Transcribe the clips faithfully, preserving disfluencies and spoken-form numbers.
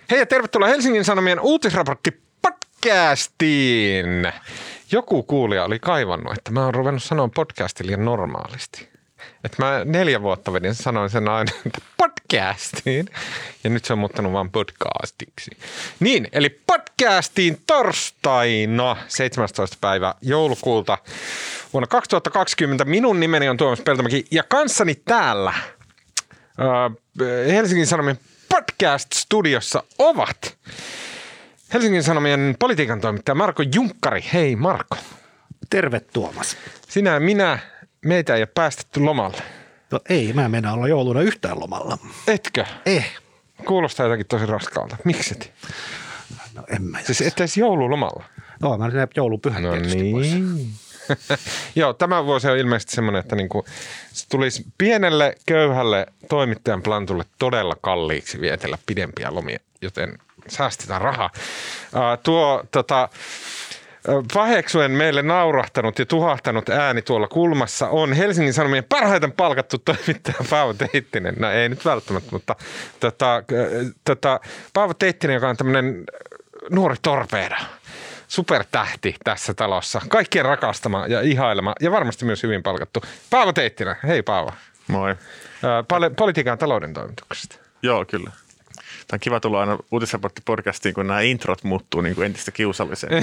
Hei ja tervetuloa Helsingin Sanomien uutisraportti podcastiin. Joku kuulija oli kaivannut, että mä oon ruvennut sanoa podcastin liian normaalisti. Että mä neljä vuotta vedin sanoin sen aina, että podcastiin. Ja nyt se on muuttanut vaan podcastiksi. Niin, eli podcastiin torstaina seitsemästoista päivä joulukuuta vuonna kaksituhattakaksikymmentä. Minun nimeni on Tuomas Peltomäki ja kanssani täällä Helsingin Sanomien podcast-studiossa ovat Helsingin Sanomien politiikan toimittaja Marko Junkkari. Hei Marko. Terve Tuomas. Sinä ja minä, meitä ei ole päästetty lomalle. No ei, mä en mennä olla jouluna yhtään lomalla. Etkö? Eh. Kuulostaa jotakin tosi raskaalta. Mikset? No en mä. Siis et edes joululomalla? No mä sinne joulupyhän no tietysti niin. pois. Joo, tämä vuosi on ilmeisesti semmoinen, että niinku, se tulisi pienelle köyhälle toimittajan plantulle todella kalliiksi vietellä pidempiä lomia, joten säästetään rahaa. Uh, tuo tota, paheksuen meille naurahtanut ja tuhahtanut ääni tuolla kulmassa on Helsingin Sanomien parhaiten palkattu toimittaja Paavo Teittinen. No ei nyt välttämättä, mutta tota, tota, Paavo Teittinen, joka on tämmöinen nuori torpeeda. Supertähti tässä talossa. Kaikkien rakastama ja ihailema ja varmasti myös hyvin palkattu. Paavo Teittinen. Hei Paavo. Moi. Pal- politiikan talouden toimituksesta. Joo, kyllä. Tämä on kiva tulla aina uutisraporttipodcastiin, kun nämä introt muuttuu niin kuin entistä kiusalliseen.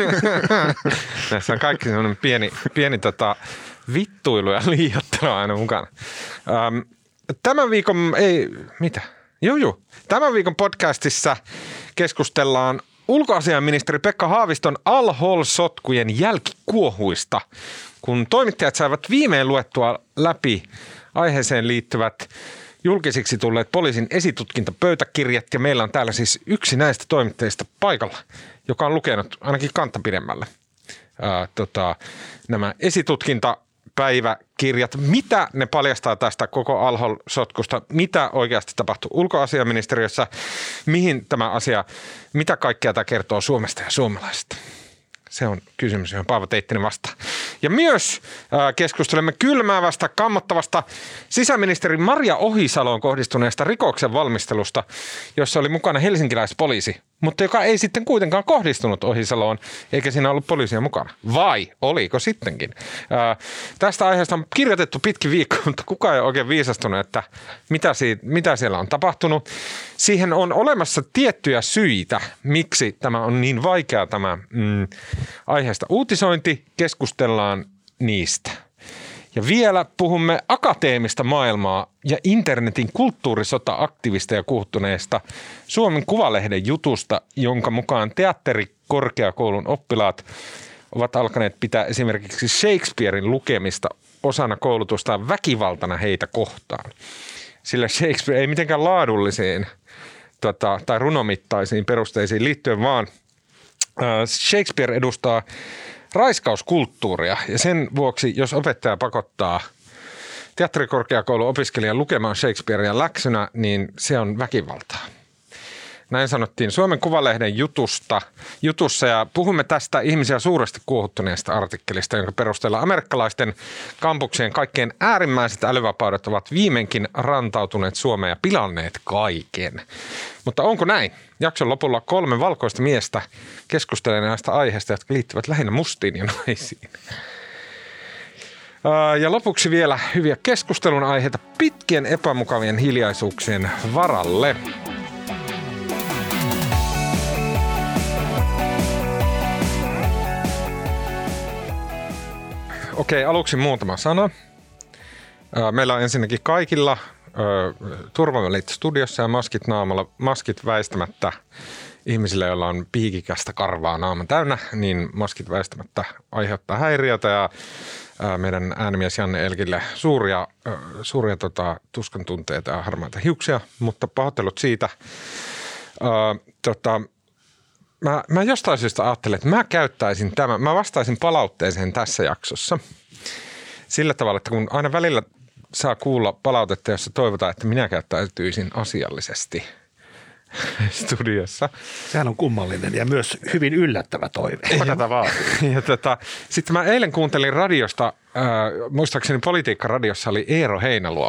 Näissä on kaikki semmoinen pieni, pieni tota, vittuilu ja liiottelu aina mukana. Ähm, tämän viikon, ei, mitä? Joo, joo. Tämän viikon podcastissa keskustellaan ulkoasiainministeri Pekka Haaviston Al-Hol-sotkujen jälkikuohuista, kun toimittajat saivat viimein luettua läpi aiheeseen liittyvät julkisiksi tulleet poliisin esitutkintapöytäkirjat, ja meillä on täällä siis yksi näistä toimittajista paikalla, joka on lukenut ainakin kantta pidemmälle ää, tota, nämä esitutkintapäiväkirjat. Mitä ne paljastaa tästä koko Al-Hol-sotkusta? Mitä oikeasti tapahtui ulkoasiaministeriössä? Mihin tämä asia, mitä kaikkea tämä kertoo Suomesta ja suomalaisista? Se on kysymys, johon Paavo Teittinen vastaa. Ja myös äh, keskustelemme kylmäävästä, kammottavasta sisäministeri Maria Ohisaloon kohdistuneesta rikoksen valmistelusta, jossa oli mukana helsinkiläispoliisi, mutta joka ei sitten kuitenkaan kohdistunut Ohisaloon, eikä siinä ollut poliisia mukana. Vai oliko sittenkin? Äh, tästä aiheesta on kirjoitettu pitkin viikko, mutta kukaan ei ole oikein viisastunut, että mitä, siitä, mitä siellä on tapahtunut. Siihen on olemassa tiettyjä syitä, miksi tämä on niin vaikea tämä mm, aiheesta uutisointi. Keskustellaan niistä. Ja vielä puhumme akateemista maailmaa ja internetin kulttuurisota-aktivisteja kuhtuneesta Suomen Kuvalehden jutusta, jonka mukaan teatterikorkeakoulun oppilaat ovat alkaneet pitää esimerkiksi Shakespearen lukemista osana koulutustaan väkivaltana heitä kohtaan. Sillä Shakespeare ei mitenkään laadullisiin tota, tai runomittaisiin perusteisiin liittyen, vaan äh, Shakespeare edustaa raiskauskulttuuria, ja sen vuoksi, jos opettaja pakottaa teatterikorkeakoulun opiskelijan lukemaan Shakespearea läksynä, niin se on väkivaltaa. Näin sanottiin Suomen Kuvalehden jutusta, jutussa, ja puhumme tästä ihmisiä suuresti kuohuttuneesta artikkelista, jonka perusteella amerikkalaisten kampuksien kaikkein äärimmäiset älyvapaudet ovat viimeinkin rantautuneet Suomeen ja pilanneet kaiken. Mutta onko näin? Jakson lopulla kolme valkoista miestä keskustelee näistä aiheista, jotka liittyvät lähinnä mustiin ja naisiin. Ja lopuksi vielä hyviä keskustelun aiheita pitkien epämukavien hiljaisuuksien varalle. Okei, aluksi muutama sana. Meillä on ensinnäkin kaikilla turvavälit studiossa ja maskit naamalla. Maskit väistämättä ihmisille, joilla on piikikästä karvaa naama täynnä, niin maskit väistämättä aiheuttaa häiriötä ja meidän äänimies Janne Elkille suuria, suuria tota, tuskan tunteita ja harmaita hiuksia, mutta pahoittelut siitä. Ää, tota, Mä, mä jostain syystä ajattelin, että mä käyttäisin tämän, mä vastaisin palautteeseen tässä jaksossa sillä tavalla, että kun aina välillä saa kuulla palautetta, jossa toivotaan, että minä käyttäytyisin asiallisesti studiossa. Sehän on kummallinen ja myös hyvin yllättävä toive. Tätä vaan. Ja tota, sitten mä eilen kuuntelin radiosta, äh, muistaakseni Politiikka-radiossa oli Eero Heinäluoma.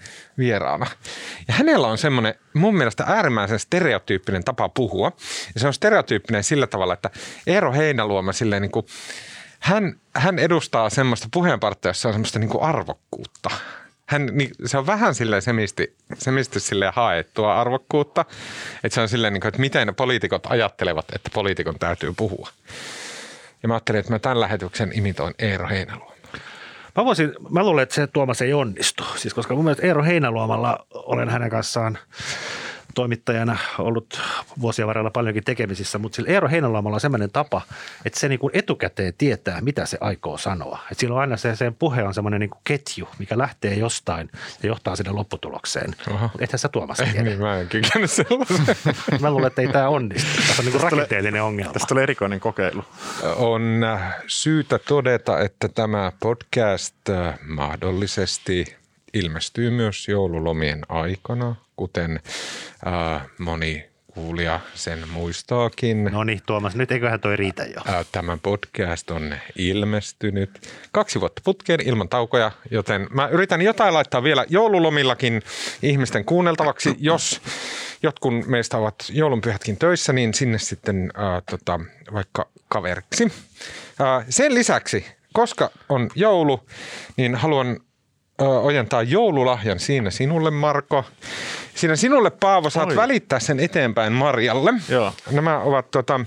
vieraana. Ja hänellä on semmoinen mun mielestä äärimmäisen stereotyyppinen tapa puhua. Ja se on stereotyyppinen sillä tavalla, että Eero Heinäluoma silleen niin kuin, hän, hän edustaa semmoista puheenparttia, jossa on semmoista niin kuin arvokkuutta. Hän, niin, se on vähän silleen semisti, semisti silleen haettua arvokkuutta, että se on silleen, niin kuin, että miten ne poliitikot ajattelevat, että poliitikon täytyy puhua. Ja mä ajattelin, että mä tämän lähetyksen imitoin Eero Heinäluomaa. Mä voisin, mä luulen, että se Tuomas ei onnistu, siis koska mun mielestä Eero Heinäluomalla olen hänen kanssaan toimittajana ollut vuosien varrella paljonkin tekemisissä, mutta sillä Eero Heinäluomalla on sellainen tapa, että se niin kuin etukäteen tietää, mitä se aikoo sanoa. Että silloin aina se, sen puhe on semmoinen niin kuin ketju, mikä lähtee jostain ja johtaa sinne lopputulokseen. Mutta ethän sä Tuomas tiedä. Niin, mä en kykennyt sellaisen. Mä luulen, että ei tämä onnistu. Tässä on niin kuin rakenteellinen ongelma. Tästä tulee erikoinen kokeilu. On syytä todeta, että tämä podcast mahdollisesti ilmestyy myös joululomien aikana, kuten äh, moni kuulija sen muistaakin. No niin, Tuomas, nyt eiköhän toi riitä jo. Äh, tämä podcast on ilmestynyt kaksi vuotta putkeen ilman taukoja, joten mä yritän jotain laittaa vielä joululomillakin ihmisten kuunneltavaksi. Jos jotkut meistä ovat joulunpyhätkin töissä, niin sinne sitten äh, tota, vaikka kaveriksi. Äh, sen lisäksi, koska on joulu, niin haluan ojentaa joululahjan siinä sinulle, Marko. Siinä sinulle, Paavo, saat Oi. välittää sen eteenpäin Marjalle. Joo. Nämä ovat tota,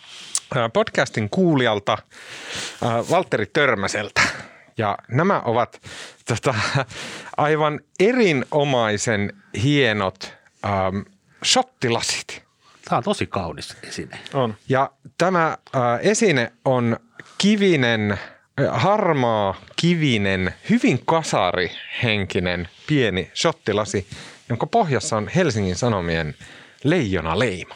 podcastin kuulijalta Valtteri Törmäseltä. Ja nämä ovat tota, aivan erinomaisen hienot ähm, shottilasit. Tämä on tosi kaunis esine. On. Ja tämä äh, esine on kivinen, harmaa, kivinen, hyvin kasarihenkinen pieni shottilasi, jonka pohjassa on Helsingin Sanomien leijonaleima.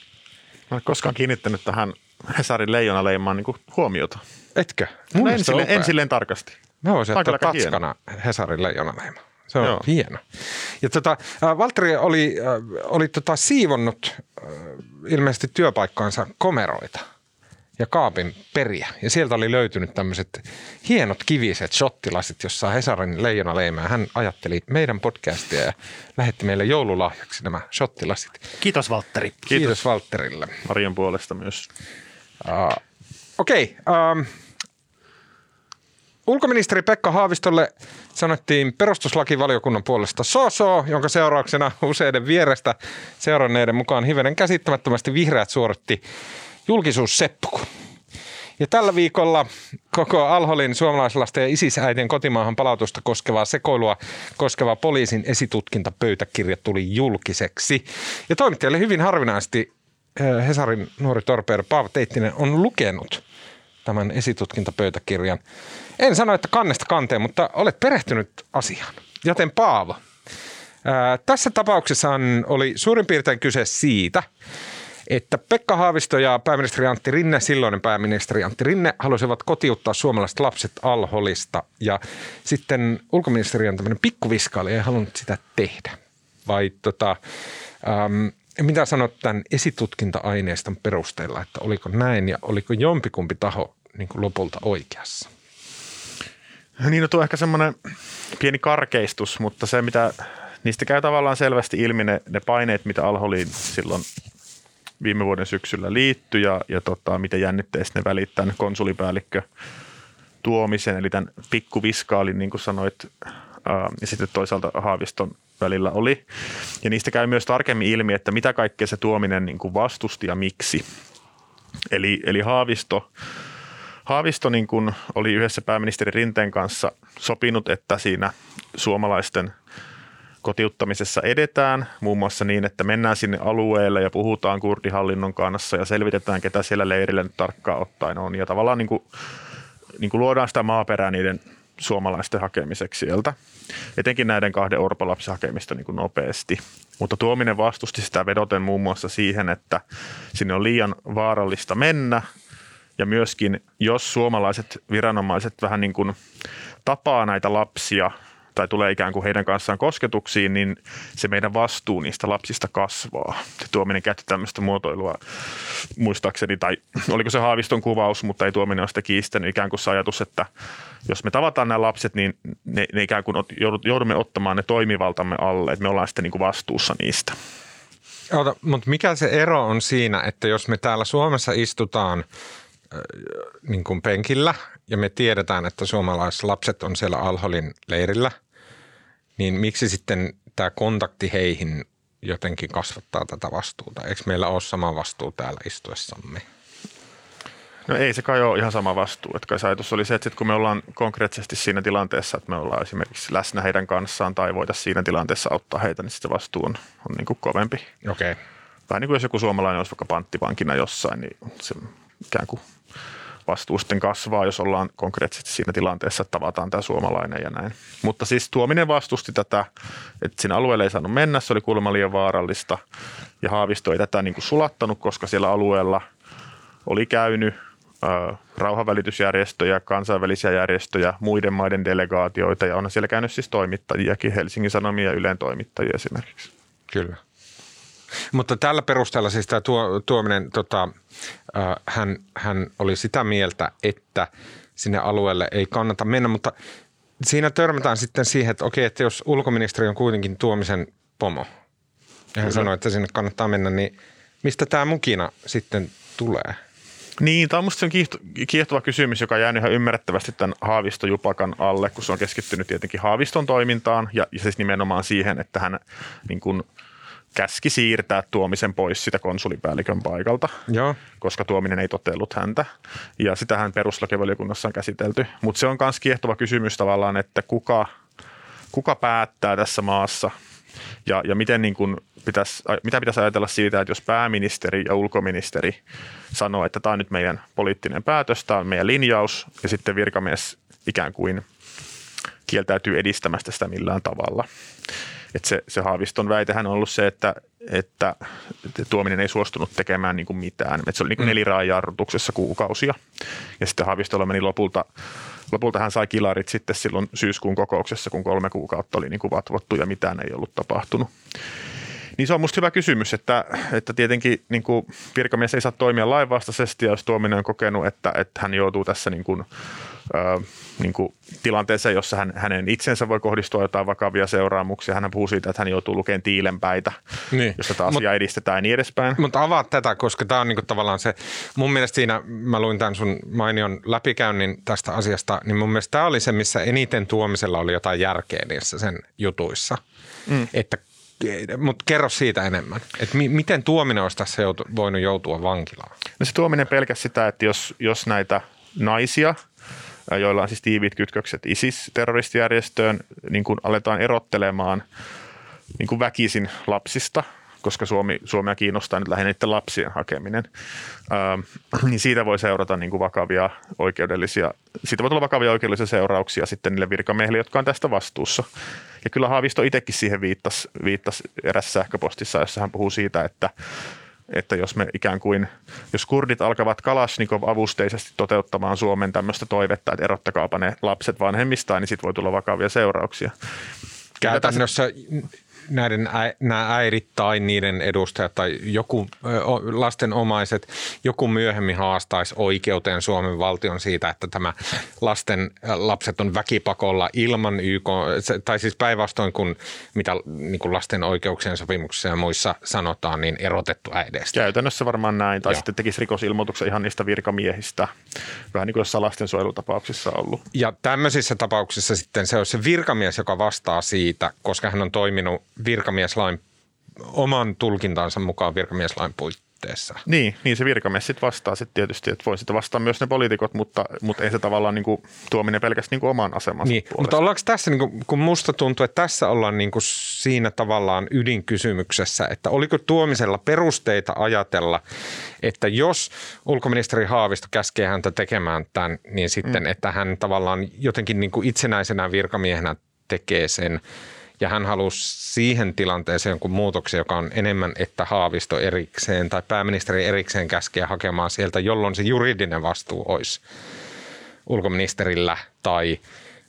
Mä en koskaan kiinnittänyt tähän Hesarin leijonaleimaan niin kuin huomiota. Etkö? No en, silleen, en silleen tarkasti. Mä voisin ottaa tatskana Hesarin leijonaleima. Se on Joo. hieno. Ja tota, äh, Valtteri oli, äh, oli tota siivonnut äh, ilmeisesti työpaikkaansa komeroita ja kaapin periä. Ja sieltä oli löytynyt tämmöiset hienot kiviset shottilasit, jossa on Hesarin leijonaleima. Hän ajatteli meidän podcastia ja lähetti meille joululahjaksi nämä shottilasit. Kiitos, Valtteri. Kiitos, Kiitos Valtterille. Marjan puolesta myös. Uh, Okei. Okay, um, ulkoministeri Pekka Haavistolle sanottiin perustuslakivaliokunnan puolesta so-so, jonka seurauksena useiden vierestä seuranneiden mukaan hivenen käsittämättömästi vihreät suoritti julkisuusseppuku. Ja tällä viikolla koko Al-Holin suomalaislasten ja isisäitien kotimaahan palautusta koskevaa sekoilua koskeva poliisin esitutkintapöytäkirja tuli julkiseksi. Ja toimittajalle hyvin harvinaisesti Hesarin nuori torpedo Paavo Teittinen on lukenut tämän esitutkintapöytäkirjan. En sano, että kannesta kanteen, mutta olet perehtynyt asiaan. Joten Paavo, ää, tässä tapauksessa oli suurin piirtein kyse siitä, että Pekka Haavisto ja pääministeri Antti Rinne, silloinen pääministeri Antti Rinne, halusivat kotiuttaa suomalaiset lapset Al-Holista. Ja sitten ulkoministeriön tämmöinen pikkuviskaali ei halunnut sitä tehdä. Vai tota, äm, mitä sanot tämän esitutkinta-aineiston perusteella, että oliko näin ja oliko jompikumpi taho niin kuin lopulta oikeassa? Niin, no tuo on ehkä semmoinen pieni karkeistus, mutta se mitä, niistä käy tavallaan selvästi ilmi ne, ne paineet, mitä Al-Holiin silloin viime vuoden syksyllä liittyi ja, ja tota, miten jännitteistä ne välittää konsulipäällikkö tuomisen, eli tämän pikkuviskaalin, niin kuin sanoit, ää, ja sitten toisaalta Haaviston välillä oli. Ja niistä käy myös tarkemmin ilmi, että mitä kaikkea se tuominen niin kuin vastusti ja miksi. Eli, eli Haavisto, Haavisto niin kuin oli yhdessä pääministeri Rinteen kanssa sopinut, että siinä suomalaisten kotiuttamisessa edetään, muun muassa niin, että mennään sinne alueelle ja puhutaan kurdihallinnon kanssa ja selvitetään, ketä siellä leirillä nyt tarkkaan ottaen on. Ja tavallaan niin kuin, niin kuin luodaan sitä maaperää niiden suomalaisten hakemiseksi sieltä. Etenkin näiden kahden orpolapsen hakemista niin kuin nopeasti. Mutta tuominen vastusti sitä vedoten muun muassa siihen, että sinne on liian vaarallista mennä. Ja myöskin, jos suomalaiset viranomaiset vähän niin kuin tapaa näitä lapsia tai tulee ikään kuin heidän kanssaan kosketuksiin, niin se meidän vastuu niistä lapsista kasvaa. Se Tuominen käytti tämmöistä muotoilua muistaakseni, tai oliko se Haaviston kuvaus, mutta ei Tuominen ole sitä kiistänyt, ikään kuin se ajatus, että jos me tavataan nämä lapset, niin ne, ne ikään kuin joudumme ottamaan ne toimivaltamme alle, että me ollaan sitten niin kuin vastuussa niistä. Ota, mutta mikä se ero on siinä, että jos me täällä Suomessa istutaan äh, niin kuin penkillä ja me tiedetään, että suomalaislapset on siellä Al-Holin leirillä, niin miksi sitten tämä kontakti heihin jotenkin kasvattaa tätä vastuuta? Eikö meillä ole sama vastuu täällä istuessamme? No ei se kai ole ihan sama vastuu. Että kai se ajatus oli se, että sit kun me ollaan konkreettisesti siinä tilanteessa, että me ollaan esimerkiksi läsnä heidän kanssaan tai voitaisiin siinä tilanteessa auttaa heitä, niin sitten se vastuu on, on niin kuin kovempi. Okei. Okay. Tai niin kuin jos joku suomalainen olisi vaikka panttivankina jossain, niin se ikään kuin vastuu sitten kasvaa, jos ollaan konkreettisesti siinä tilanteessa, että tavataan tämä suomalainen ja näin. Mutta siis Tuominen vastusti tätä, että siinä alueelle ei saanut mennä, se oli kuulemma liian vaarallista ja Haavisto ei tätä niin kuin sulattanut, koska siellä alueella oli käynyt rauhanvälitysjärjestöjä, kansainvälisiä järjestöjä, muiden maiden delegaatioita ja on siellä käynyt siis toimittajiakin, Helsingin Sanomia ja Ylen toimittajia esimerkiksi. Kyllä. Mutta tällä perusteella siis tämä tuo, Tuominen, tota, äh, hän, hän oli sitä mieltä, että sinne alueelle ei kannata mennä, mutta siinä törmätään sitten siihen, että okei, että jos ulkoministeri on kuitenkin Tuomisen pomo ja hän Kyllä. sanoi, että sinne kannattaa mennä, niin mistä tämä mukina sitten tulee? Niin, tämä on minusta kiehtova kysymys, joka on jäänyt ihan ymmärrettävästi tämän Haavisto-jupakan alle, kun se on keskittynyt tietenkin Haaviston toimintaan ja, ja siis nimenomaan siihen, että hän niin kuin käski siirtää Tuomisen pois sitä konsulipäällikön paikalta, Joo. koska Tuominen ei totellut häntä. Ja sitähän perustuslakivaliokunnassa on käsitelty. Mutta se on myös kiehtova kysymys tavallaan, että kuka, kuka päättää tässä maassa ja, ja miten niin kuin pitäisi, mitä pitäisi ajatella siitä, että jos pääministeri ja ulkoministeri sanoo, että tämä on nyt meidän poliittinen päätös, tämä on meidän linjaus ja sitten virkamies ikään kuin kieltäytyy edistämästä sitä millään tavalla. Että se, se Haaviston väitehän on ollut se, että, että Tuominen ei suostunut tekemään niin kuin mitään. Että se oli niin kuin neliraajarrutuksessa kuukausia. Ja sitten Haavistolla meni lopulta, lopulta hän sai kilarit sitten silloin syyskuun kokouksessa, kun kolme kuukautta oli niin kuin vatvottu ja mitään ei ollut tapahtunut. Niin se on musta hyvä kysymys, että, että tietenkin niin kuin virkamies ei saa toimia lainvastaisesti, ja jos Tuominen on kokenut, että, että hän joutuu tässä niin kuin, ö, niin kuin tilanteeseen, jossa hän, hänen itsensä voi kohdistua jotain vakavia seuraamuksia. Hän puhuu siitä, että hän joutuu lukemaan tiilenpäitä, niin. jos tätä asiaa Mut, edistetään ja niin edespäin. Mutta avaa tätä, koska tämä on niin kuin tavallaan se, mun mielestä siinä, mä luin tämän sun mainion läpikäynnin tästä asiasta, niin mun mielestä tämä oli se, missä eniten Tuomisella oli jotain järkeä niissä sen jutuissa, mm. että mutta kerro siitä enemmän, että mi- miten Tuominen olisi tässä joutu, voinut joutua vankilaan? No se Tuominen pelkäsi sitä, että jos, jos näitä naisia, joilla on siis tiiviit kytkökset ISIS-terroristijärjestöön, niin kun aletaan erottelemaan niin kun väkisin lapsista, koska Suomi, Suomea kiinnostaa nyt lähinnä niiden lapsien hakeminen, ää, niin siitä voi seurata niin kuin vakavia oikeudellisia, siitä voi tulla vakavia oikeudellisia seurauksia sitten niille virkamiehille, jotka on tästä vastuussa. Ja kyllä Haavisto itsekin siihen viittasi, viittasi erässä sähköpostissa, jossa hän puhuu siitä, että, että jos me ikään kuin, jos kurdit alkavat Kalashnikov-avusteisesti toteuttamaan Suomen tämmöistä toivetta, että erottakaapa ne lapset vanhemmistaan, niin siitä voi tulla vakavia seurauksia. Käytännössä näiden ä, nämä äidit tai niiden edustajat tai joku lasten omaiset, joku myöhemmin haastaisi oikeuteen Suomen valtion siitä, että tämä lasten lapset on väkipakolla ilman Y K, tai siis päinvastoin kuin mitä niin kuin lasten oikeuksien sopimuksissa ja muissa sanotaan, niin erotettu äideistä. Käytännössä varmaan näin, tai Joo. sitten tekisi rikosilmoituksen ihan niistä virkamiehistä, vähän niin kuin jossain lastensuojelutapauksissa on ollut. Ja tämmöisissä tapauksissa sitten se on se virkamies, joka vastaa siitä, koska hän on toiminut virkamieslain, oman tulkintansa mukaan virkamieslain puitteissa. Niin, niin se virkamies sitten vastaa sitten tietysti, että voi sitten vastaa myös ne poliitikot, mutta, mutta ei se tavallaan niin kuin Tuominen pelkästään niin kuin oman asemansa niin, puolesta. Mutta ollaanko tässä, niin kuin, kun musta tuntuu, että tässä ollaan niin kuin siinä tavallaan ydinkysymyksessä, että oliko Tuomisella perusteita ajatella, että jos ulkoministeri Haavisto käskee häntä tekemään tämän, niin sitten, mm. että hän tavallaan jotenkin niin kuin itsenäisenä virkamiehenä tekee sen, ja hän halusi siihen tilanteeseen jonkun muutoksen, joka on enemmän, että Haavisto erikseen tai pääministeri erikseen käskee hakemaan sieltä, jolloin se juridinen vastuu olisi ulkoministerillä tai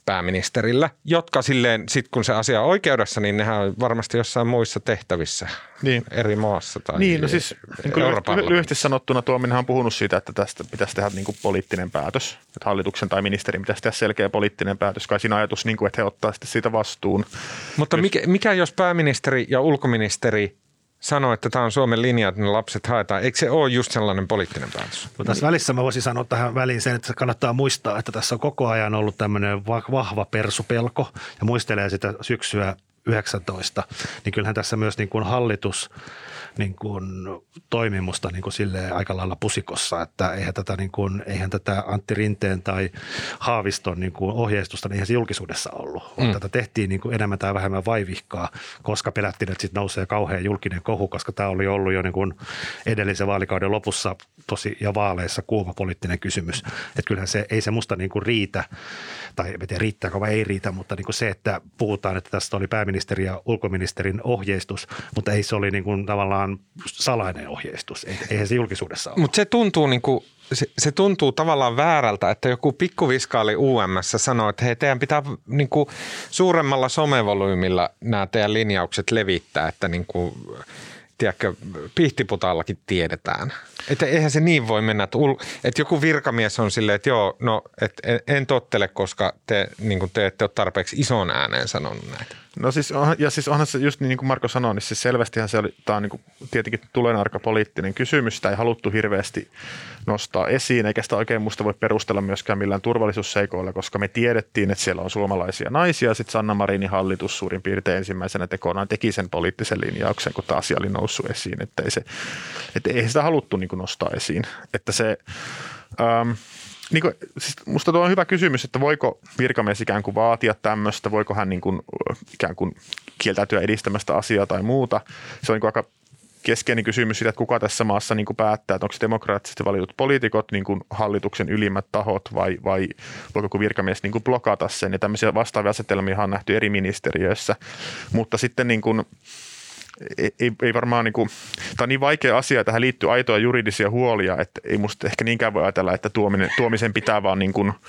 pääministerillä, jotka silleen, sit kun se asia on oikeudessa, niin nehän on varmasti jossain muissa tehtävissä niin. eri maassa tai niin, no siis, niin lyhyesti sanottuna Tuominen on puhunut siitä, että tästä pitäisi tehdä niin kuin poliittinen päätös, että hallituksen tai ministerin pitäisi tehdä selkeä poliittinen päätös, kai siinä ajatus, niin kuin, että he ottaa sitten siitä vastuun. Mutta mikä, mikä jos pääministeri ja ulkoministeri sanoo, että tämä on Suomen linja, että ne lapset haetaan. Eikö se ole just sellainen poliittinen päätös? No tässä välissä mä voisin sanoa tähän väliin sen, että kannattaa muistaa, että tässä on koko ajan ollut tämmöinen vahva persupelko ja muistelee sitä syksyä yhdeksäntoista, niin kyllähän tässä myös niin kuin hallitus niin kuin toimimusta niin kuin silleen aika lailla pusikossa, että eihän tätä, niin kuin, eihän tätä Antti Rinteen tai Haaviston niin kuin ohjeistusta, niin eihän se julkisuudessa ollut. Mm. Tätä tehtiin niin kuin enemmän tai vähemmän vaivihkaa, koska pelättiin, että sitten nousee kauhean julkinen kohu, koska tämä oli ollut jo niin kuin edellisen vaalikauden lopussa tosi ja vaaleissa kuuma poliittinen kysymys. Että kyllähän se, ei se musta niin kuin riitä, tai en tiedä riittääkö vai ei riitä, mutta niin kuin se, että puhutaan, että tästä oli pääministeri ja ulkoministerin ohjeistus, mutta ei se oli niin kuin tavallaan salainen ohjeistus. Eihän se julkisuudessa ole. Mutta se tuntuu niin kuin, se, se tuntuu tavallaan väärältä, että joku pikkuviskaali U M:ssä sanoo, että hei, teidän pitää niin kuin suuremmalla somevolyymilla nämä teidän linjaukset levittää, että niin kuin, tiedätkö, pihtiputallakin tiedetään. Että eihän se niin voi mennä, että, ul, että joku virkamies on silleen, että joo, no, että en tottele, koska te, niin kuin te ette ole tarpeeksi ison ääneen sanonut näitä. No siis, on, ja siis onhan se just niin kuin Marko sanoi, niin siis selvästihän se oli, tämä on niin kuin tietenkin tulenarka poliittinen kysymys, sitä ei haluttu hirveästi nostaa esiin, eikä sitä oikein musta voi perustella myöskään millään turvallisuusseikoilla, koska me tiedettiin, että siellä on suomalaisia naisia, sitten Sanna Marinin hallitus suurin piirtein ensimmäisenä tekonaan teki sen poliittisen linjauksen, kun tämä asia oli noussut esiin, että ei, se, että ei sitä haluttu niin kuin nostaa esiin, että se... Ähm, Niin kuin, siis musta tuo on hyvä kysymys, että voiko virkamies ikään kuin vaatia tämmöistä, voiko hän niin kuin, ikään kuin kieltäytyä edistämästä asiaa tai muuta. Se on niin kuin aika keskeinen kysymys siitä, että kuka tässä maassa niin kuin päättää, että onko se demokraattisesti valitut poliitikot, niin kuin hallituksen ylimmät tahot vai, vai voiko joku virkamies niin kuin blokata sen. Ja tämmöisiä vastaavia asetelmia on nähty eri ministeriöissä, mutta sitten niin kuin Ei, ei varmaan niin kuin, tämä on niin vaikea asia, tähän liittyy aitoja juridisia huolia, että ei musta ehkä niinkään voi ajatella, että tuominen, tuomisen pitää vaan niin kuin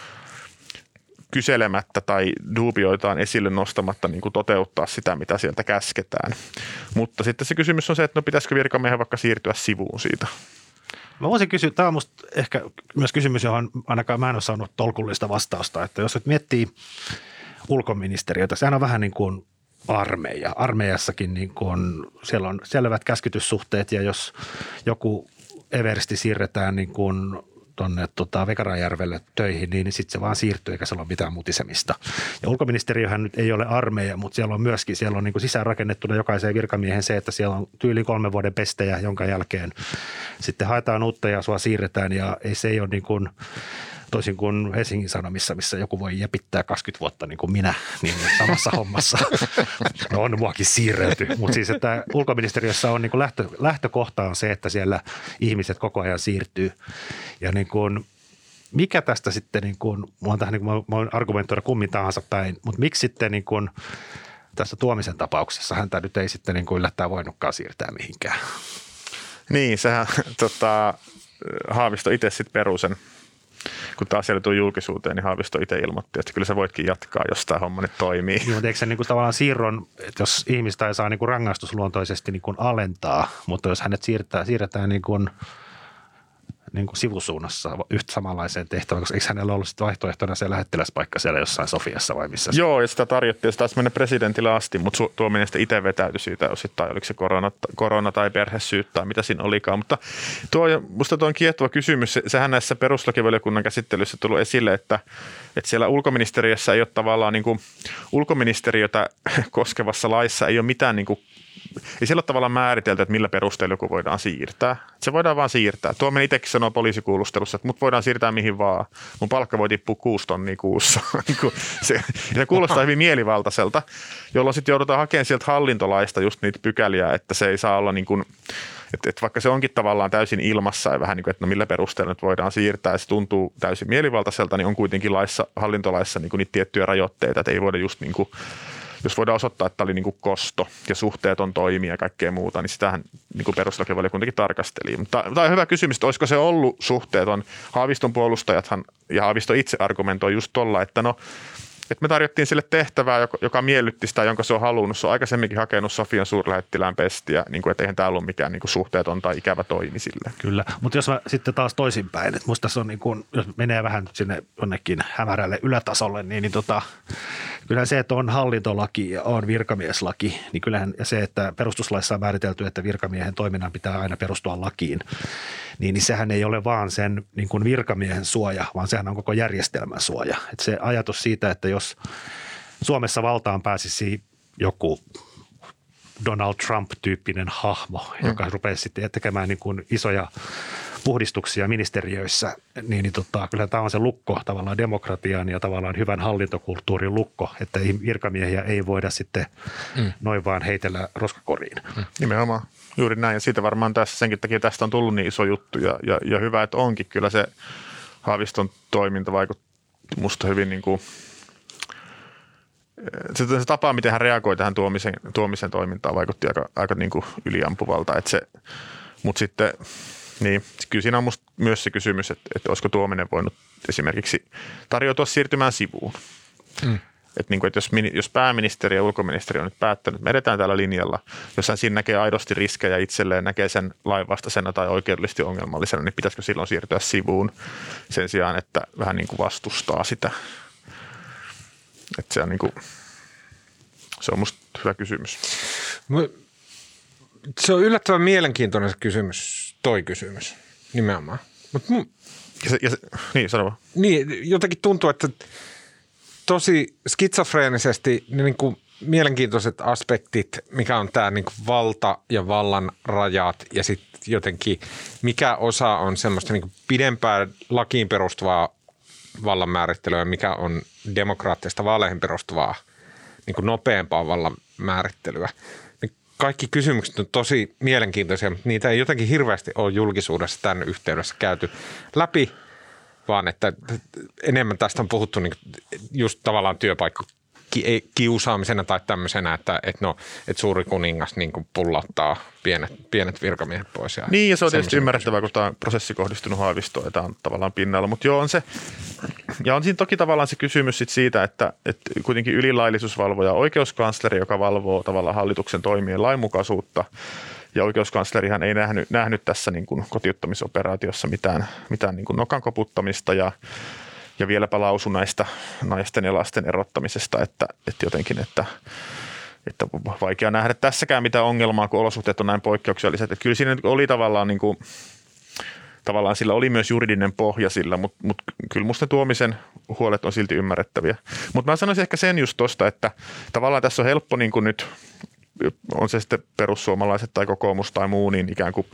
kyselemättä tai duubioitaan esille nostamatta niin kuin toteuttaa sitä, mitä sieltä käsketään. Mutta sitten se kysymys on se, että no pitäisikö virkamiehen vaikka siirtyä sivuun siitä. Mä voisin kysyä, tämä on musta ehkä myös kysymys, johon ainakaan mä en ole saanut tolkullista vastausta, että jos nyt miettii ulkoministeriötä, sehän on vähän niin kuin armeija. Armeijassakin niin kun siellä on selvät käskytyssuhteet ja jos joku eversti siirretään niin kuin tuonne tota, Vekarajärvelle töihin, niin sitten se vaan siirtyy eikä siellä ole mitään mutisemista. Ja ulkoministeriöhän nyt ei ole armeija, mutta siellä on myöskin siellä on niin kuin sisäänrakennettuna jokaiseen virkamiehen se, että siellä on tyyli kolmen vuoden pestejä, jonka jälkeen sitten haetaan uutta ja sua siirretään ja ei se ei ole niin kuin toisin kuin Helsingin Sanomissa, missä joku voi jepittää kaksikymmentä vuotta niin kuin minä, niin samassa hommassa no on muakin siirrelty. Mutta siis, että ulkoministeriössä on niin kuin lähtö, lähtökohta on se, että siellä ihmiset koko ajan siirtyy. Ja niin kuin, mikä tästä sitten, niin kuin, mä oon tähän niin kuin, mä voin argumentoida kummin tahansa päin, mutta miksi sitten niin kuin, tässä Tuomisen tapauksessa häntä nyt ei sitten niin kuin yllättää voinutkaan siirtää mihinkään? Niin, sehän tota, Haavisto itse sitten perui sen. Kun tämä asia tuli julkisuuteen, niin Haavisto itse ilmoitti, että kyllä sä voitkin jatkaa, jos tämä homma nyt toimii. Niin, mutta eikö se niin kuin tavallaan siirron, että jos ihmistä ei saa niin kuin rangaistusluontoisesti niin kuin alentaa, mutta jos hänet siirretään, siirretään niin kuin, niin kuin sivusuunnassa yhtä samanlaiseen tehtävään, koska eikö hänellä ollut sitten vaihtoehtona se lähettiläspaikka siellä jossain Sofiassa vai missä? Joo, ja sitä tarjottiin, se taisi mennä presidentille asti, mutta Tuominen sitten itse vetäytyi siitä osittain, oliko se korona, korona tai perhesyyt tai mitä siinä olikaan. Mutta tuo, musta tuo on kiehtova kysymys. Sehän näissä perustuslakivaliokunnan käsittelyssä tullut esille, että, että siellä ulkoministeriössä ei ole tavallaan niin kuin ulkoministeriötä koskevassa laissa ei ole mitään niin kuin ei siellä ole tavallaan määritelty, että millä perusteella joku voidaan siirtää. Se voidaan vaan siirtää. Tuominen itsekin sanoo poliisikuulustelussa, että mut voidaan siirtää mihin vaan. Mun palkka voi tippua kuusi tonnia kuussa. se, se kuulostaa hyvin mielivaltaiselta, jolloin sitten joudutaan hakemaan sieltä hallintolaista just niitä pykäliä, että se ei saa olla niin kuin, että, että vaikka se onkin tavallaan täysin ilmassa ja vähän niin kuin, että no millä perusteella nyt voidaan siirtää ja se tuntuu täysin mielivaltaiselta, niin on kuitenkin laissa, hallintolaissa niin kuin niitä tiettyjä rajoitteita, että ei voida just niin kuin jos voidaan osoittaa, että tämä oli niin kuin kosto ja suhteeton toimia ja kaikkea muuta, niin sitähän niin kuin perustuslakivaliokuntakin tarkasteli. Mutta tämä on hyvä kysymys, että olisiko se ollut suhteeton. Haaviston puolustajathan ja Haavisto itse argumentoi just tuolla, että no että me tarjottiin sille tehtävää, joka, joka miellytti sitä, jonka se on halunnut. Se on aikaisemminkin hakenut Sofian suurlähettilään pestiä, niin kuin, että eihän täällä ole mikään niin kuin suhteeton tai ikävä toimi sille. Kyllä, mutta jos mä sitten taas toisinpäin, että musta tässä on niin kuin, jos menee vähän sinne jonnekin hämärälle ylätasolle, niin, niin tota, kyllähän se, että on hallintolaki ja on virkamieslaki, niin kyllähän ja se, että perustuslaissa on määritelty, että virkamiehen toiminnan pitää aina perustua lakiin, niin, niin sehän ei ole vaan sen niin kuin virkamiehen suoja, vaan sehän on koko järjestelmän suoja. Että se ajatus siitä, että jos Suomessa valtaan pääsisi joku Donald Trump-tyyppinen hahmo, mm. joka rupeaa sitten tekemään niin kuin isoja puhdistuksia ministeriöissä, niin, niin tota, kyllä tämä on se lukko tavallaan demokratian ja tavallaan hyvän hallintokulttuurin lukko, että virkamiehiä ei voida sitten mm. noin vaan heitellä roskakoriin. Mm. Nimenomaan. Juuri näin. Ja siitä varmaan tässä senkin takia tästä on tullut niin iso juttu ja, ja, ja hyvä, että onkin. Kyllä se Haaviston toiminta vaikutti musta hyvin niin kuin se, se tapa, miten hän reagoi tähän tuomisen, tuomisen toimintaan, vaikutti aika, aika niin kuin yliampuvalta. Että se, mutta sitten, niin, kyllä siinä on musta myös se kysymys, että, että olisiko tuominen voinut esimerkiksi tarjoutua siirtymään sivuun. Mm. Että, niin kuin, että jos, jos pääministeri ja ulkoministeri on nyt päättänyt, että me edetään tällä linjalla, jos hän siinä näkee aidosti riskejä itselleen, näkee sen lainvastaisena tai oikeudellisesti ongelmallisena, niin pitäisikö silloin siirtyä sivuun sen sijaan, että vähän niin kuin vastustaa sitä. Että se on, niin kuin, se on musta hyvä kysymys. Se on yllättävän mielenkiintoinen se kysymys, toi kysymys nimenomaan. Mut mun, ja se, ja se, niin, sano vaan. Niin, jotenkin tuntuu, että tosi skitsofreenisesti niin kuin mielenkiintoiset aspektit, mikä on tämä niin kuin valta ja vallan rajat ja sitten jotenkin mikä osa on semmoista niin kuin pidempään lakiin perustuvaa vallan määrittelyä, mikä on demokraattista vaaleihin perustuvaa niin kuin nopeampaa vallan määrittelyä. Kaikki kysymykset on tosi mielenkiintoisia, mutta niitä ei jotenkin hirveästi ole julkisuudessa tämän yhteydessä käyty läpi, vaan että enemmän tästä on puhuttu niin just tavallaan työpaikka kiusaamisena tai tämmöisenä, että, että, no, että suuri kuningas niin kuin pullauttaa pienet, pienet virkamiehet pois. Ja niin, ja se on tietysti ymmärrettävää, kun tämä prosessi kohdistunut Haavistoon, ja tämä on tavallaan pinnalla. Mutta joo, on se, ja on siinä toki tavallaan se kysymys sit siitä, että, että kuitenkin ylilaillisuusvalvoja oikeuskansleri, joka valvoo tavallaan hallituksen toimien lainmukaisuutta, ja oikeuskanslerihan ei nähnyt, nähnyt tässä niin kuin kotiuttamisoperaatiossa mitään, mitään niin kuin nokan koputtamista, ja Ja vieläpä lausu näistä naisten ja lasten erottamisesta, että, että jotenkin, että, että vaikea nähdä tässäkään mitään ongelmaa, kun olosuhteet on näin poikkeukselliset. Että kyllä siinä oli tavallaan, niin kuin, tavallaan sillä oli myös juridinen pohja sillä, mutta, mutta kyllä musta tuomisen huolet on silti ymmärrettäviä. Mutta mä sanoisin ehkä sen just tosta, että tavallaan tässä on helppo niin kuin nyt, on se sitten perussuomalaiset tai kokoomus tai muu, niin ikään kuin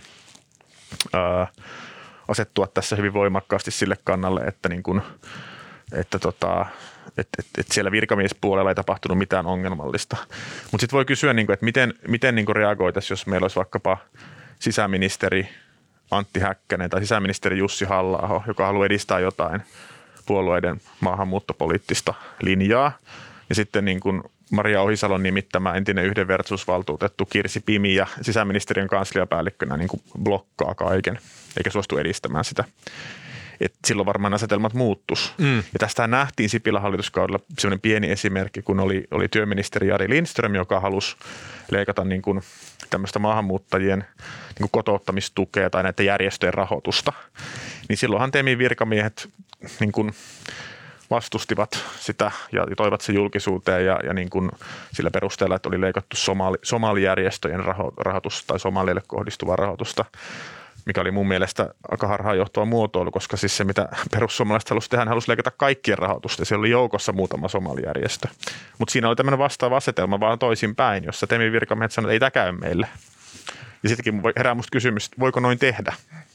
ää, asettua tässä hyvin voimakkaasti sille kannalle, että, niin kuin, että, tota, että, että, että siellä virkamiespuolella ei tapahtunut mitään ongelmallista. Mutta sitten voi kysyä, niin kuin, että miten, miten niin kuin reagoitaisiin, jos meillä olisi vaikkapa sisäministeri Antti Häkkänen tai sisäministeri Jussi Halla-aho, joka haluaa edistää jotain puolueiden maahanmuuttopoliittista linjaa. Ja sitten niin kuin Maria Ohisalon nimittämä entinen yhdenvertaisuusvaltuutettu Kirsi Pimi ja sisäministeriön kansliapäällikkönä niin kuin blokkaa kaiken, eikä suostu edistämään sitä. Et silloin varmaan asetelmat muuttus. Mm. Ja tästä nähtiin Sipilän hallituskaudella sellainen pieni esimerkki, kun oli, oli työministeri Jari Lindström, joka halusi leikata niin kuin tämmöistä maahanmuuttajien niin kuin kotouttamistukea tai näiden järjestöjen rahoitusta. Niin silloinhan Temin virkamiehet niin kuin vastustivat sitä ja toivat se julkisuuteen ja, ja niin kuin sillä perusteella, että oli leikattu somali, somalijärjestöjen raho, rahoitusta tai Somalialle kohdistuvaa rahoitusta, mikä oli mun mielestä aika harhaanjohtava muotoilu, koska siis se, mitä perussuomalaiset halusi tehdä, hän halusi leikata kaikkien rahoitusta ja siellä oli joukossa muutama somalijärjestö. Mutta siinä oli tämmöinen vastaava asetelma vaan toisinpäin, jossa Temin virkamiehet sanoivat, että ei tämä käy meille. Ja sittenkin herää musta kysymys, että voiko noin tehdä?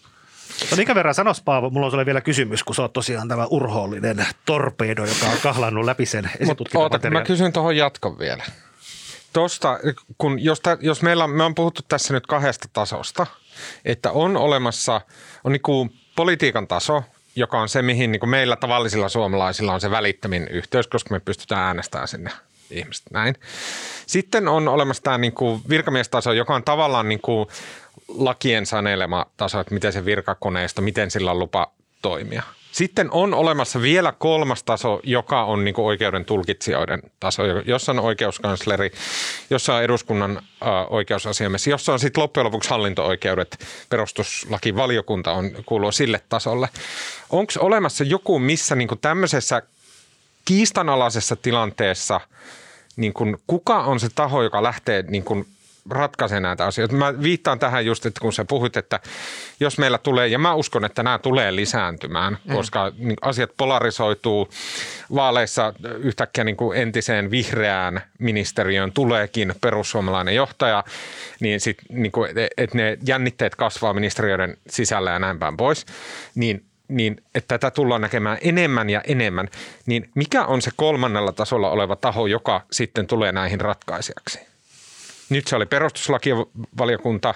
No minkä verran sanois Paavo, mulla on sulle vielä kysymys, kun sä oot tosiaan tämä urhoollinen torpedo, joka on kahlannut läpi sen esitutkintapateriaan. Mä kysyn tuohon jatkon vielä. Tuosta, kun jos, tä, jos meillä on, me on puhuttu tässä nyt kahdesta tasosta, että on olemassa, on niin kuin politiikan taso, joka on se, mihin niin kuin meillä tavallisilla suomalaisilla on se välittömin yhteys, koska me pystytään äänestämään sinne ihmiset näin. Sitten on olemassa tämä niin kuin virkamiestaso, joka on tavallaan niin kuin lakien sanelema taso, että miten se virkakoneisto, miten sillä on lupa toimia. Sitten on olemassa vielä kolmas taso, joka on niin kuin oikeuden tulkitsijoiden taso, jossa on oikeuskansleri, jossa on eduskunnan ä, oikeusasiamies, jossa on sitten loppujen lopuksi hallinto-oikeudet, perustuslakivaliokunta on, kuuluu sille tasolle. Onko olemassa joku, missä niin kuin tämmöisessä kiistanalaisessa tilanteessa niin kuin, kuka on se taho, joka lähtee niin kuin ratkaisee näitä asioita? Mä viittaan tähän just, että kun sä puhuit, että jos meillä tulee, ja mä uskon, että nämä tulee lisääntymään, mm. koska asiat polarisoituu vaaleissa yhtäkkiä niin kuin entiseen vihreään ministeriöön tuleekin perussuomalainen johtaja, niin sitten niin kuin, että ne jännitteet kasvaa ministeriöiden sisällä ja näin päin pois, niin niin että tätä tullaan näkemään enemmän ja enemmän, niin mikä on se kolmannella tasolla oleva taho, joka sitten tulee näihin ratkaisijaksi? Nyt se oli perustuslakivaliokunta.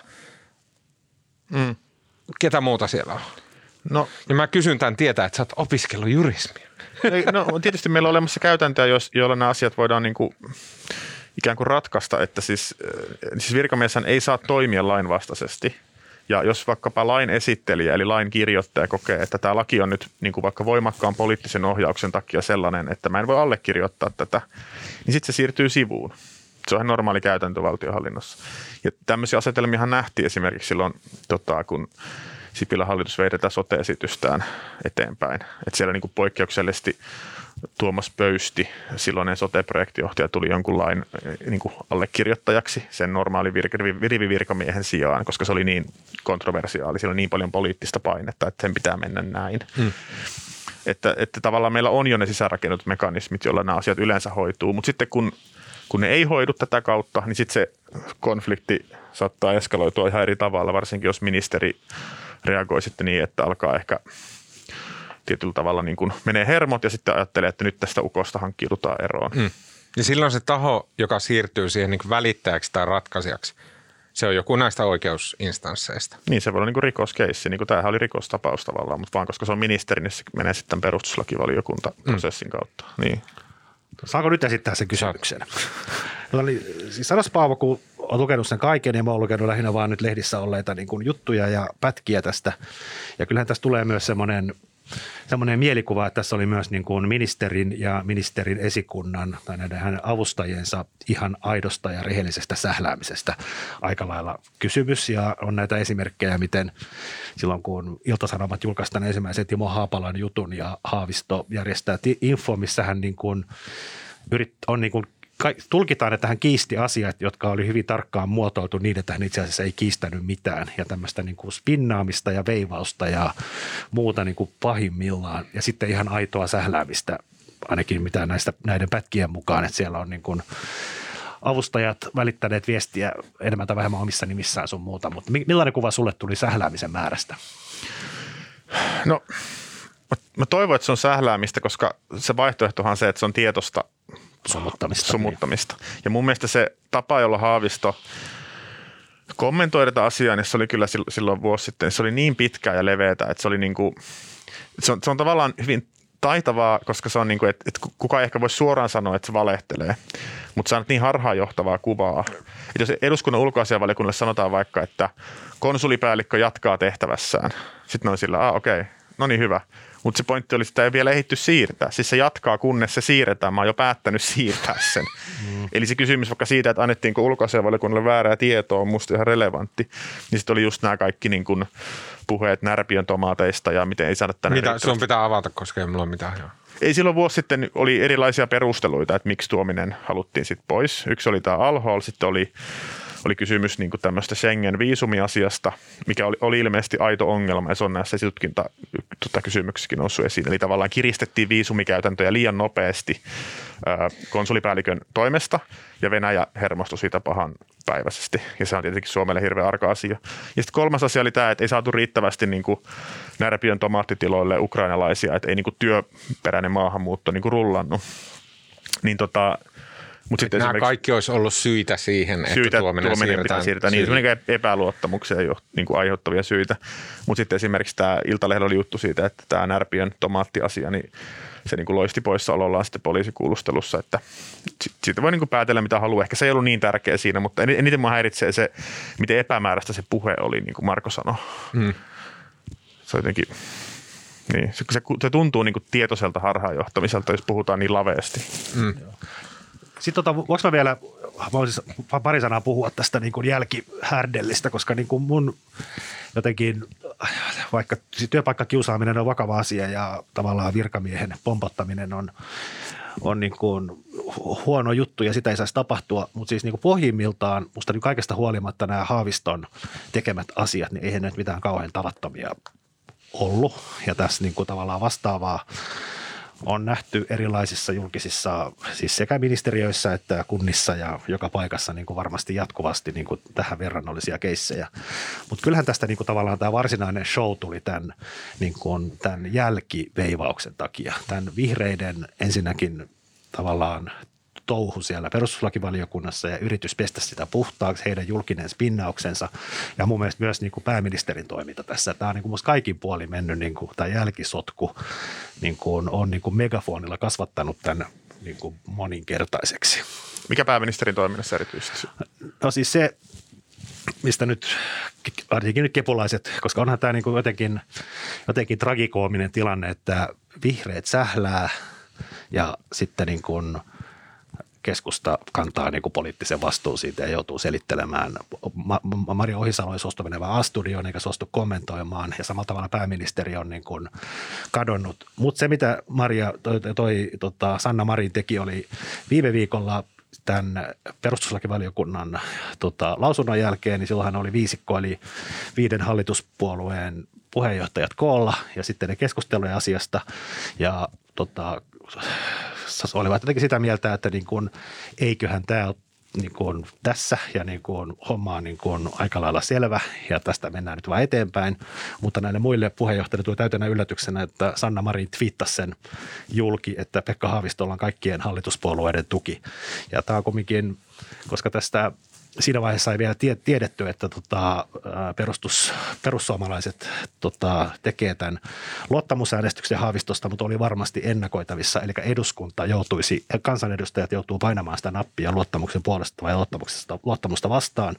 Mm. Ketä muuta siellä on? No, ja mä kysyn tämän tietää, että sä oot opiskellut jurismia. No tietysti meillä on olemassa käytäntöjä, joilla nämä asiat voidaan niin kuin ikään kuin ratkaista, että siis, siis virkamieshän ei saa toimia lainvastaisesti. Ja jos vaikkapa lain esittelijä eli lain kirjoittaja kokee, että tämä laki on nyt niin kuin vaikka voimakkaan poliittisen ohjauksen takia sellainen, että mä en voi allekirjoittaa tätä, niin sitten se siirtyy sivuun. Se on ihan normaali käytäntö valtionhallinnossa. Ja tämmöisiä asetelmiahan nähtiin esimerkiksi silloin, tota, kun Sipilän hallitus vei tätä sote-esitystään eteenpäin. Että siellä niin kuin poikkeuksellisesti Tuomas Pöysti, silloinen sote-projektijohtaja, tuli jonkun lain niin kuin allekirjoittajaksi sen normaali rivivirkamiehen sijaan, koska se oli niin kontroversiaali, siellä oli niin paljon poliittista painetta, että sen pitää mennä näin. Hmm. Että, että tavallaan meillä on jo ne sisäänrakennetut mekanismit, joilla nämä asiat yleensä hoituu, mutta sitten kun Kun ne ei hoidu tätä kautta, niin sitten se konflikti saattaa eskaloitua ihan eri tavalla, varsinkin jos ministeri reagoi sitten niin, että alkaa ehkä tietyllä tavalla niin kuin menee hermot ja sitten ajattelee, että nyt tästä ukosta hankkiudutaan eroon. Mm. Ja silloin se taho, joka siirtyy siihen niin kuin välittäjäksi tai ratkaisijaksi, se on joku näistä oikeusinstansseista. Niin, se voi olla niin kuin rikoskeissi. Niin kuin tämähän oli rikostapaus tavallaan, mutta vaan koska se on ministeri, niin se menee sitten perustuslakivaliokuntaprosessin mm. kautta. Niin. Saanko nyt esittää sen kysymyksen? No niin, siis sanois Paavo, kun olen lukenut sen kaiken ja mä oon lukenut lähinnä vaan nyt lehdissä olleita niin kuin juttuja ja pätkiä tästä. Ja kyllähän tästä tulee myös semmoinen, semmoinen mielikuva, että tässä oli myös niin kuin ministerin ja ministerin esikunnan tai näiden hänen avustajiensa ihan aidosta ja rehellisestä sähläämisestä aika lailla kysymys. Ja on näitä esimerkkejä, miten silloin kun Ilta-Sanomat julkaistaan ensimmäisen Timo Haapalan jutun ja Haavisto järjestää info, missä hän niin kuin yrit, on niin kuin tulkitaan, että hän kiisti asiat, jotka oli hyvin tarkkaan muotoiltu niin, että hän itse asiassa ei kiistänyt mitään. Ja tämmöistä niin kuin spinnaamista ja veivausta ja muuta niin kuin pahimmillaan. Ja sitten ihan aitoa sähläämistä, ainakin mitä näistä, näiden pätkien mukaan, että siellä on niin kuin avustajat välittäneet viestiä enemmän tai vähemmän omissa nimissään sun muuta. Mutta millainen kuva sulle tuli sähläämisen määrästä? No, mä toivon, että se on sähläämistä, koska se vaihtoehtohan on se, että se on tietosta Sumuttamista. Sumuttamista. Ja mun mielestä se tapa, jolla Haavisto kommentoi tätä asiaa, niin se oli kyllä silloin vuosi sitten, se oli niin pitkää ja leveätä, että se oli niin kuin, se on, se on tavallaan hyvin taitavaa, koska se on niin kuin, että, että kukaan ei ehkä voi suoraan sanoa, että se valehtelee, mutta sä niin harhaanjohtavaa kuvaa. Että jos eduskunnan ulkoasiainvaliokunnalle sanotaan vaikka, että konsulipäällikkö jatkaa tehtävässään, sitten on sillä, ah okei, okay, no niin hyvä. Mutta se pointti oli, että sitä ei vielä ehditty siirtää. Siis se jatkaa, kunnes se siirretään. Mä oon jo päättänyt siirtää sen. Mm. Eli se kysymys vaikka siitä, että annettiinko ulkoasiainvaliokunnalle väärää tietoa, on musta ihan relevantti. Niin sitten oli just nämä kaikki niin kuin puheet Närpiön tomaateista ja miten ei saada tänne. Mitä riittävästi. Sun pitää avata, koska ei mulla ole mitään. Joo. Ei silloin vuosi sitten oli erilaisia perusteluita, että miksi tuominen haluttiin sitten pois. Yksi oli tämä Al-Hol, sitten oli... Oli kysymys niin kuin tämmöistä Schengen-viisumiasiasta, mikä oli, oli ilmeisesti aito ongelma, ja se on näissä esitutkintakysymyksissäkin noussut esiin. Eli tavallaan kiristettiin viisumikäytäntöjä liian nopeasti ää, konsulipäällikön toimesta, ja Venäjä hermostui siitä pahan päiväisesti. Ja se on tietenkin Suomelle hirveän arka asia. Ja sitten kolmas asia oli tämä, että ei saatu riittävästi niin kuin Närpiön tomaattitiloille ukrainalaisia, että ei niin kuin työperäinen maahanmuutto niin kuin rullannut. Niin tota... Mut sitten nämä kaikki olisi ollut syitä siihen, että syitä, tuominen, tuominen siirretään. siirretään. Niin, semmoinen epäluottamukseen jo, niin kuin aiheuttavia syitä. Mutta sitten esimerkiksi tämä Iltalehdellä oli juttu siitä, että tämä Närpiön tomaattiasia, niin se niin kuin loisti poissaolollaan sitten poliisikuulustelussa, että siitä voi niin kuin päätellä mitä haluaa. Ehkä se ei ollut niin tärkeä siinä, mutta eniten minua häiritsee se, miten epämääräistä se puhe oli, niin kuin Marko sanoi. Hmm. Se on jotenkin... Niin, se, se, se tuntuu niin kuin tietoiselta harhaanjohtamiselta, jos puhutaan niin laveasti. Mm. Sitten tota, voinko mä vielä voisin pari sanaa puhua tästä niin kuin jälkihärdellistä, koska niin kuin mun jotenkin, vaikka siis työpaikkakiusaaminen on vakava asia ja tavallaan virkamiehen pompottaminen on, on niin kuin huono juttu ja sitä ei saisi tapahtua, mutta siis niin kuin pohjimmiltaan musta niin kaikesta huolimatta nämä Haaviston tekemät asiat, niin eihän ne mitään kauhean tavattomia ollut ja tässä niin kuin tavallaan vastaavaa on nähty erilaisissa julkisissa, siis sekä ministeriöissä että kunnissa ja joka paikassa niin kuin varmasti jatkuvasti niin kuin tähän verrannollisia keissejä. Mutta kyllähän tästä niin kuin tavallaan tämä varsinainen show tuli tämän, niin kuin tämän jälkiveivauksen takia. Tämän vihreiden ensinnäkin tavallaan touhu siellä perustuslakivaliokunnassa ja yritys pestä sitä puhtaaksi, heidän julkinen spinnauksensa ja mun mielestä myös niin kuin pääministerin toiminta tässä. Tämä on niin kuin musta kaikin puolin mennyt, niin kuin, tämä jälkisotku niin kuin on niin kuin megafonilla kasvattanut tämän niin kuin moninkertaiseksi. Mikä pääministerin toiminnassa erityisesti? No siis se, mistä nyt varsinkin nyt kepulaiset, koska onhan tämä niin kuin jotenkin, jotenkin tragikoominen tilanne, että vihreät sählää ja sitten niin kuin keskusta kantaa niin kuin poliittisen vastuun siitä ja joutuu selittelemään. Maria Ohisalo ei suostu menemään A-studioon eikä suostu kommentoimaan ja samalla tavalla pääministeri on niin kuin kadonnut. Mutta se, mitä Maria, toi, toi, tota, Sanna Marin teki, oli viime viikolla tämän perustuslakivaliokunnan tota, lausunnon jälkeen, niin silloinhan oli viisikko, eli viiden hallituspuolueen puheenjohtajat koolla ja sitten ne keskustelivat asiasta ja tota, olivat jotenkin sitä mieltä, että niin kuin, eiköhän tämä ole niin kuin tässä ja niin kuin, homma on niin kuin aika lailla selvä ja tästä mennään nyt vaan eteenpäin. Mutta näille muille puheenjohtajille tuli täytänä yllätyksenä, että Sanna Marin twiittasi sen julki, että Pekka Haavistolla on kaikkien hallituspuolueiden tuki. Ja tämä on kumminkin, koska tästä siinä vaiheessa ei vielä tiedetty, että tota, perustus, perussuomalaiset tota, tekee tämän luottamusäänestyksen Haavistosta, mutta oli varmasti ennakoitavissa. Eli eduskunta joutuisi, kansanedustajat joutuu painamaan sitä nappia luottamuksen puolesta vai luottamuksesta, luottamusta vastaan.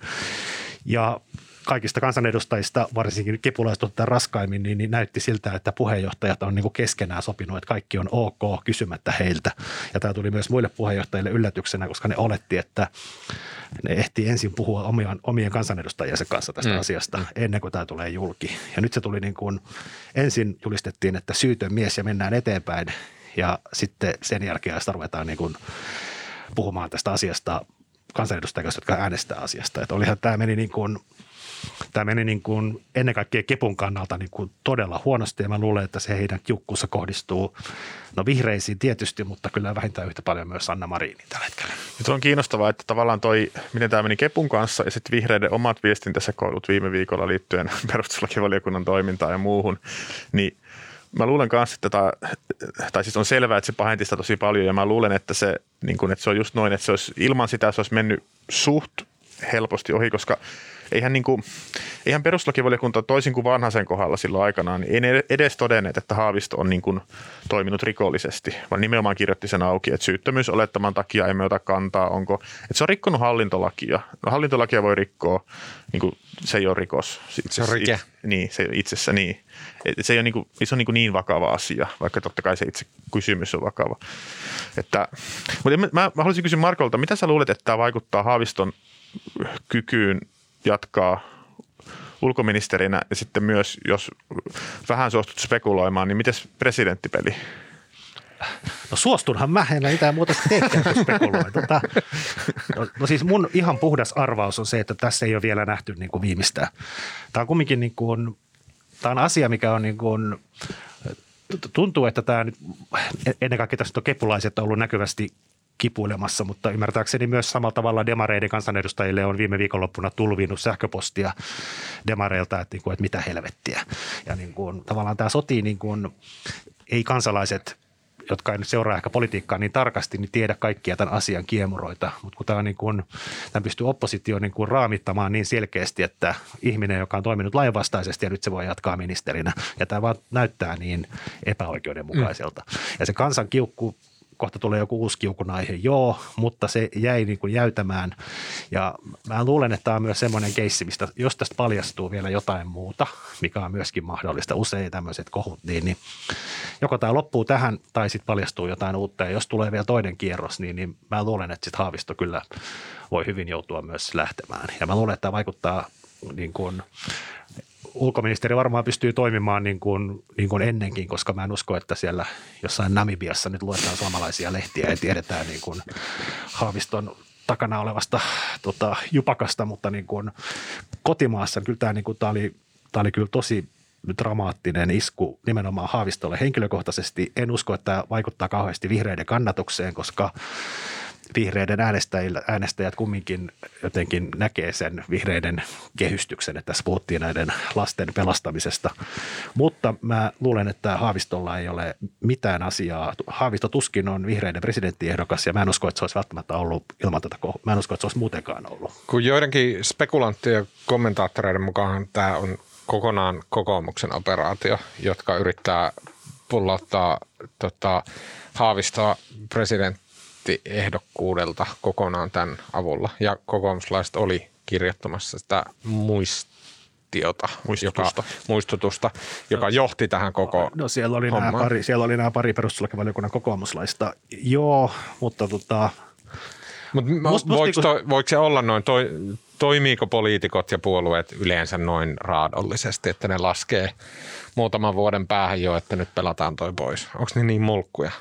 Ja kaikista kansanedustajista, varsinkin kepulaiset ottaa raskaimmin, niin, niin näytti siltä, että puheenjohtajat on niin kuin keskenään sopinut, että kaikki on ok kysymättä heiltä. Ja tämä tuli myös muille puheenjohtajille yllätyksenä, koska ne oletti, että ne ehtii ensin puhua omien, omien kansanedustajiensa kanssa tästä mm. asiasta ennen kuin tämä tulee julki. Ja nyt se tuli niin kuin, ensin julistettiin, että syytön mies ja mennään eteenpäin ja sitten sen jälkeen sitä ruvetaan niin kuin puhumaan tästä asiasta kansanedustajia, jotka äänestää asiasta. Että olihan tämä meni niin kuin Tämä meni niin kuin ennen kaikkea Kepun kannalta niin kuin todella huonosti ja mä luulen, että se heidän kiukkuunsa kohdistuu no vihreisiin tietysti, mutta kyllä vähintään yhtä paljon myös Sanna Mariniin tällä hetkellä. Ja se on kiinnostavaa, että tavallaan toi, miten tämä meni Kepun kanssa ja sitten vihreiden omat viestintäsekoilut viime viikolla liittyen perustuslakivaliokunnan toimintaan ja muuhun, niin mä luulen kanssa, että tämä, tai siis on selvää, että se pahenti sitä tosi paljon ja mä luulen, että se, niin kuin, että se on just noin, että se olisi, ilman sitä se olisi mennyt suht helposti ohi, koska Eihän, niin kuin, eihän perustuslakivaliokunta toisin kuin Vanhasen kohdalla silloin aikanaan, niin ei edes todenneet, että Haavisto on niin kuin toiminut rikollisesti, vaan nimenomaan kirjoitti sen auki, että syyttömyysolettaman takia emme ota kantaa, onko, että se on rikkonut hallintolakia. No hallintolakia voi rikkoa, niin kuin, se ei ole rikos. Se on rike. It, niin, se itsessä niin. Et se, ei ole niin kuin, se on niin, kuin niin vakava asia, vaikka totta kai se itse kysymys on vakava. Että, mutta mä, mä haluaisin kysyä Markolta, mitä sä luulet, että tämä vaikuttaa Haaviston kykyyn jatkaa ulkoministerinä ja sitten myös, jos vähän suostut spekuloimaan, niin mites presidenttipeli? No suostunhan mä, en mitään muuta teekään kuin spekuloi. Tota, no, no siis mun ihan puhdas arvaus on se, että tässä ei ole vielä nähty niin kuin viimeistä. Tämä on kumminkin niin kuin, tämä on asia, mikä on niin kuin, tuntuu, että tämä nyt, ennen kaikkea tässä on kepulaiset on ollut näkyvästi kipuilemassa, mutta ymmärtääkseni myös samalla tavalla demareiden kansanedustajille on viime viikonloppuna tulvinut sähköpostia demareilta, että, niin kuin, että mitä helvettiä. Ja niin kuin, tavallaan tämä sotii, niin kuin, ei kansalaiset, jotka ei nyt seuraa ehkä politiikkaa niin tarkasti, niin tiedä kaikkia tämän asian kiemuroita. Mutta kun tämä, on niin kuin, tämä pystyy oppositio niin kuin raamittamaan niin selkeästi, että ihminen, joka on toiminut lainvastaisesti ja nyt se voi jatkaa ministerinä. Ja tämä vaan näyttää niin epäoikeudenmukaiselta. Mm. Ja se kansan kiukku kohta tulee joku uusi kiukun aihe, joo, mutta se jäi niin kuin jäytämään. Ja mä luulen, että tämä on myös semmoinen keissi, mistä jos tästä paljastuu vielä jotain muuta, mikä on myöskin mahdollista, usein tämmöiset kohut, niin, niin joko tämä loppuu tähän tai sitten paljastuu jotain uutta. Ja jos tulee vielä toinen kierros, niin, niin mä luulen, että sitten Haavisto kyllä voi hyvin joutua myös lähtemään. Ja mä luulen, että tämä vaikuttaa niin kuin ulkoministeri varmaan pystyy toimimaan niin kuin, niin kuin ennenkin, koska mä en usko, että siellä jossain Namibiassa nyt luetaan suomalaisia lehtiä ja tiedetään niin kuin Haaviston takana olevasta tota, jupakasta, mutta niin kuin kotimaassa kyllä tämä, niin kuin, tämä, oli, tämä oli kyllä tosi dramaattinen isku nimenomaan Haavistolle henkilökohtaisesti. En usko, että tämä vaikuttaa kauheasti vihreiden kannatukseen, koska vihreiden äänestäjät kumminkin jotenkin näkee sen vihreiden kehystyksen, että tässä puhuttiin näiden lasten pelastamisesta. Mutta mä luulen, että Haavistolla ei ole mitään asiaa. Haavisto tuskin on vihreiden presidenttiehdokas ja mä en usko, että se olisi välttämättä ollut ilman tätä, mä en usko, että se olisi muutenkaan ollut. Kun joidenkin spekulanttien ja kommentaattoreiden mukaan tämä on kokonaan kokoomuksen operaatio, jotka yrittää pullauttaa tota, Haavistoa presidentti ehdokkuudelta kokonaan tämän avulla. Ja kokoomuslaiset oli kirjoittamassa sitä muistiota, muistutusta, joka, muistutusta, joka no, johti tähän koko no, siellä oli nämä pari, siellä oli nämä pari perustuslakivaliokunnan kokoomuslaista. Joo, mutta tota Mut must, voiko, must, to, voiko se olla noin, to, toimiiko poliitikot ja puolueet yleensä noin raadollisesti, että ne laskee muutaman vuoden päähän jo, että nyt pelataan toi pois? Onko ne niin mulkkuja?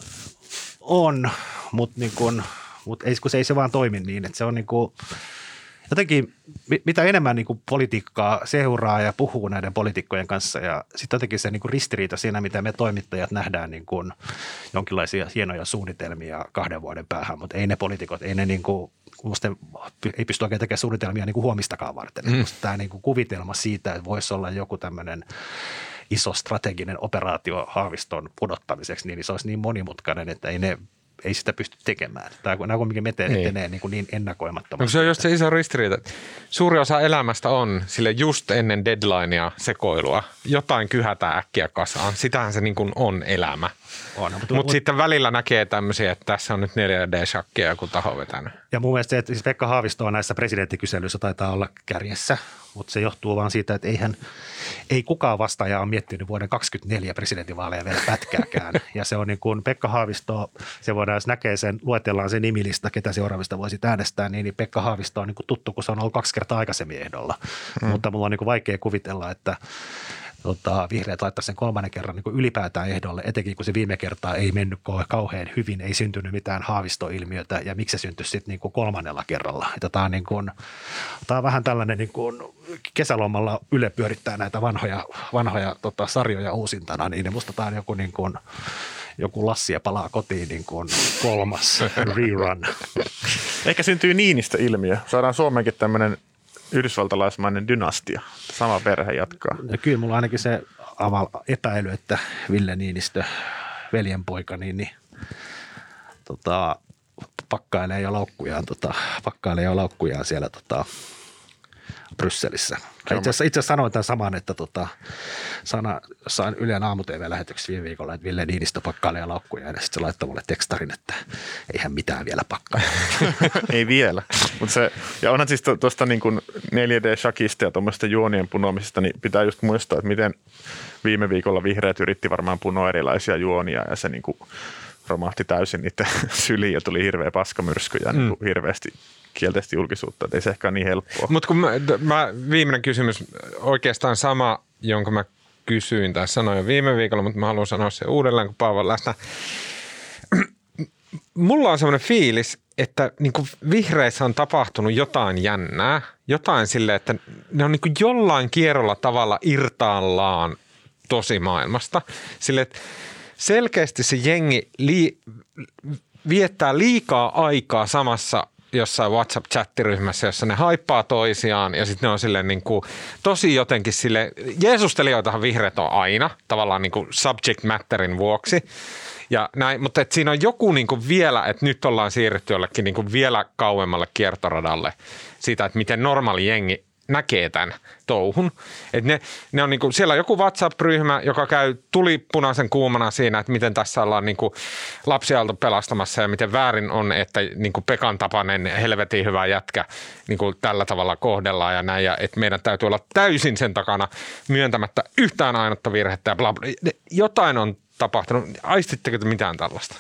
On, mutta niin kun, mut ei, kun se ei se vaan toimi niin, että se on niin kuin, jotenkin mitä enemmän niin kuin politiikkaa seuraa ja puhuu näiden poliitikkojen kanssa ja sitten jotenkin se niin kuin ristiriita siinä, mitä me toimittajat nähdään niin kuin jonkinlaisia hienoja suunnitelmia kahden vuoden päähän, mutta ei ne poliitikot, ei ne niin kuin, musta ei pysty oikein tekemään suunnitelmia niin kuin huomistakaan varten. Mm. Musta tämä niin kuin kuvitelma siitä, että voisi olla joku tämmöinen iso strateginen operaatio Haaviston pudottamiseksi, niin se olisi niin monimutkainen, että ei ne ei sitä pysty tekemään. Tämä nämä kumminkin etenee niin, niin ennakoimattomasti. No se on just se iso ristiriita. Suuri osa elämästä on sille just ennen deadlinea sekoilua. Jotain kyhätään äkkiä kasaan. Sitähän se niin kuin on elämä. Mutta Mut mut, sitten välillä näkee tämmöisiä, että tässä on nyt neljä D-shakkia joku taho vetänyt. Ja mun mielestä se, että siis Pekka Haavisto on näissä presidenttikyselyissä taitaa olla kärjessä, mutta se johtuu vaan siitä, että eihän, ei kukaan vastaaja ole miettinyt vuoden kaksikymmentäneljä presidentinvaaleja vielä pätkääkään. Ja se on niin kuin Pekka Haavisto, se voidaan, jos näkee sen, luetellaan se nimilista, ketä seuraavista voisi äänestää, niin, niin Pekka Haavisto on niin kuin tuttu, kun se on ollut kaksi kertaa aikaisemmin ehdolla. Mm. Mutta mulla on niin kuin vaikea kuvitella, että Tota, vihreät laittaa sen kolmannen kerran niin kuin ylipäätään ehdolle, etenkin kun se viime kertaa ei mennyt kauhean hyvin, ei syntynyt mitään Haavisto-ilmiötä ja miksi se syntyi sitten niin kuin kolmannella kerralla. Että tämä, on niin kuin, tämä on vähän tällainen niin kuin kesälomalla Yle pyörittää näitä vanhoja, vanhoja tota, sarjoja uusintana, niin musta tämä on joku, niin kuin, joku Lassi ja palaa kotiin niin kuin kolmas rerun. Ehkä syntyy Niinistö-ilmiö. Saadaan Suomeenkin tämmöinen yhdysvaltalaismainen dynastia. Sama perhe jatkaa. Ja kyllä mulla on ainakin se epäily, että Ville Niinistö, veljenpoika, niin, niin tota, pakkailee jo laukkujaan, tota, pakkailee jo laukkujaan siellä tota, Brysselissä. Itse asiassa, itse asiassa sanoin tämän saman, että tota, sana, jossain Ylen aamu-T V-lähetyksessä viime viikolla, että Ville Niinistö pakkailee laukkuja ja sitten se laittoi mulle tekstarin, että eihän mitään vielä pakkaile. Ei vielä. Mut se, ja onhan siis tuosta niin kuin neljä D-shakista ja tuommoista juonien punoamisesta, niin pitää just muistaa, että miten viime viikolla vihreät yritti varmaan punoa erilaisia juonia ja se niin kuin romahti täysin niiden syliin ja tuli hirveä paskamyrsky ja mm. niin kuin hirveästi kielteisesti julkisuutta, että ei se ehkä ole niin helppoa. Mutta kun mä, mä, viimeinen kysymys, oikeastaan sama, jonka mä kysyin tai sanoin jo viime viikolla, mutta mä haluan sanoa se uudelleen, kun Paavo on läsnä. Mulla on semmoinen fiilis, että niin kuin vihreissä on tapahtunut jotain jännää, jotain silleen, että ne on niin kuin jollain kierrolla tavalla irtaallaan tosimaailmasta. Silleen, että selkeästi se jengi li, viettää liikaa aikaa samassa jossain WhatsApp-chattiryhmässä, jossa ne haippaa toisiaan ja sitten ne on silleen niin kuin tosi jotenkin silleen, jeesustelijoitahan vihreät on aina tavallaan niin kuin subject matterin vuoksi. Ja näin, mutta et siinä on joku niin kuin vielä, että nyt ollaan siirrytty jollekin niin kuin vielä kauemmalle kiertoradalle siitä, että miten normaali jengi näkee tämän touhun. Et ne, ne on niinku, siellä on joku WhatsApp-ryhmä, joka käy tulipunaisen kuumana siinä, että miten tässä ollaan niinku lapsia oltu pelastamassa ja miten väärin on, että niinku Pekan tapainen helvetin hyvä jätkä niinku tällä tavalla kohdellaan ja näin. Ja että meidän täytyy olla täysin sen takana myöntämättä yhtään ainutta virhettä ja bla bla. Jotain on tapahtunut. Aistitteko te mitään tällaista?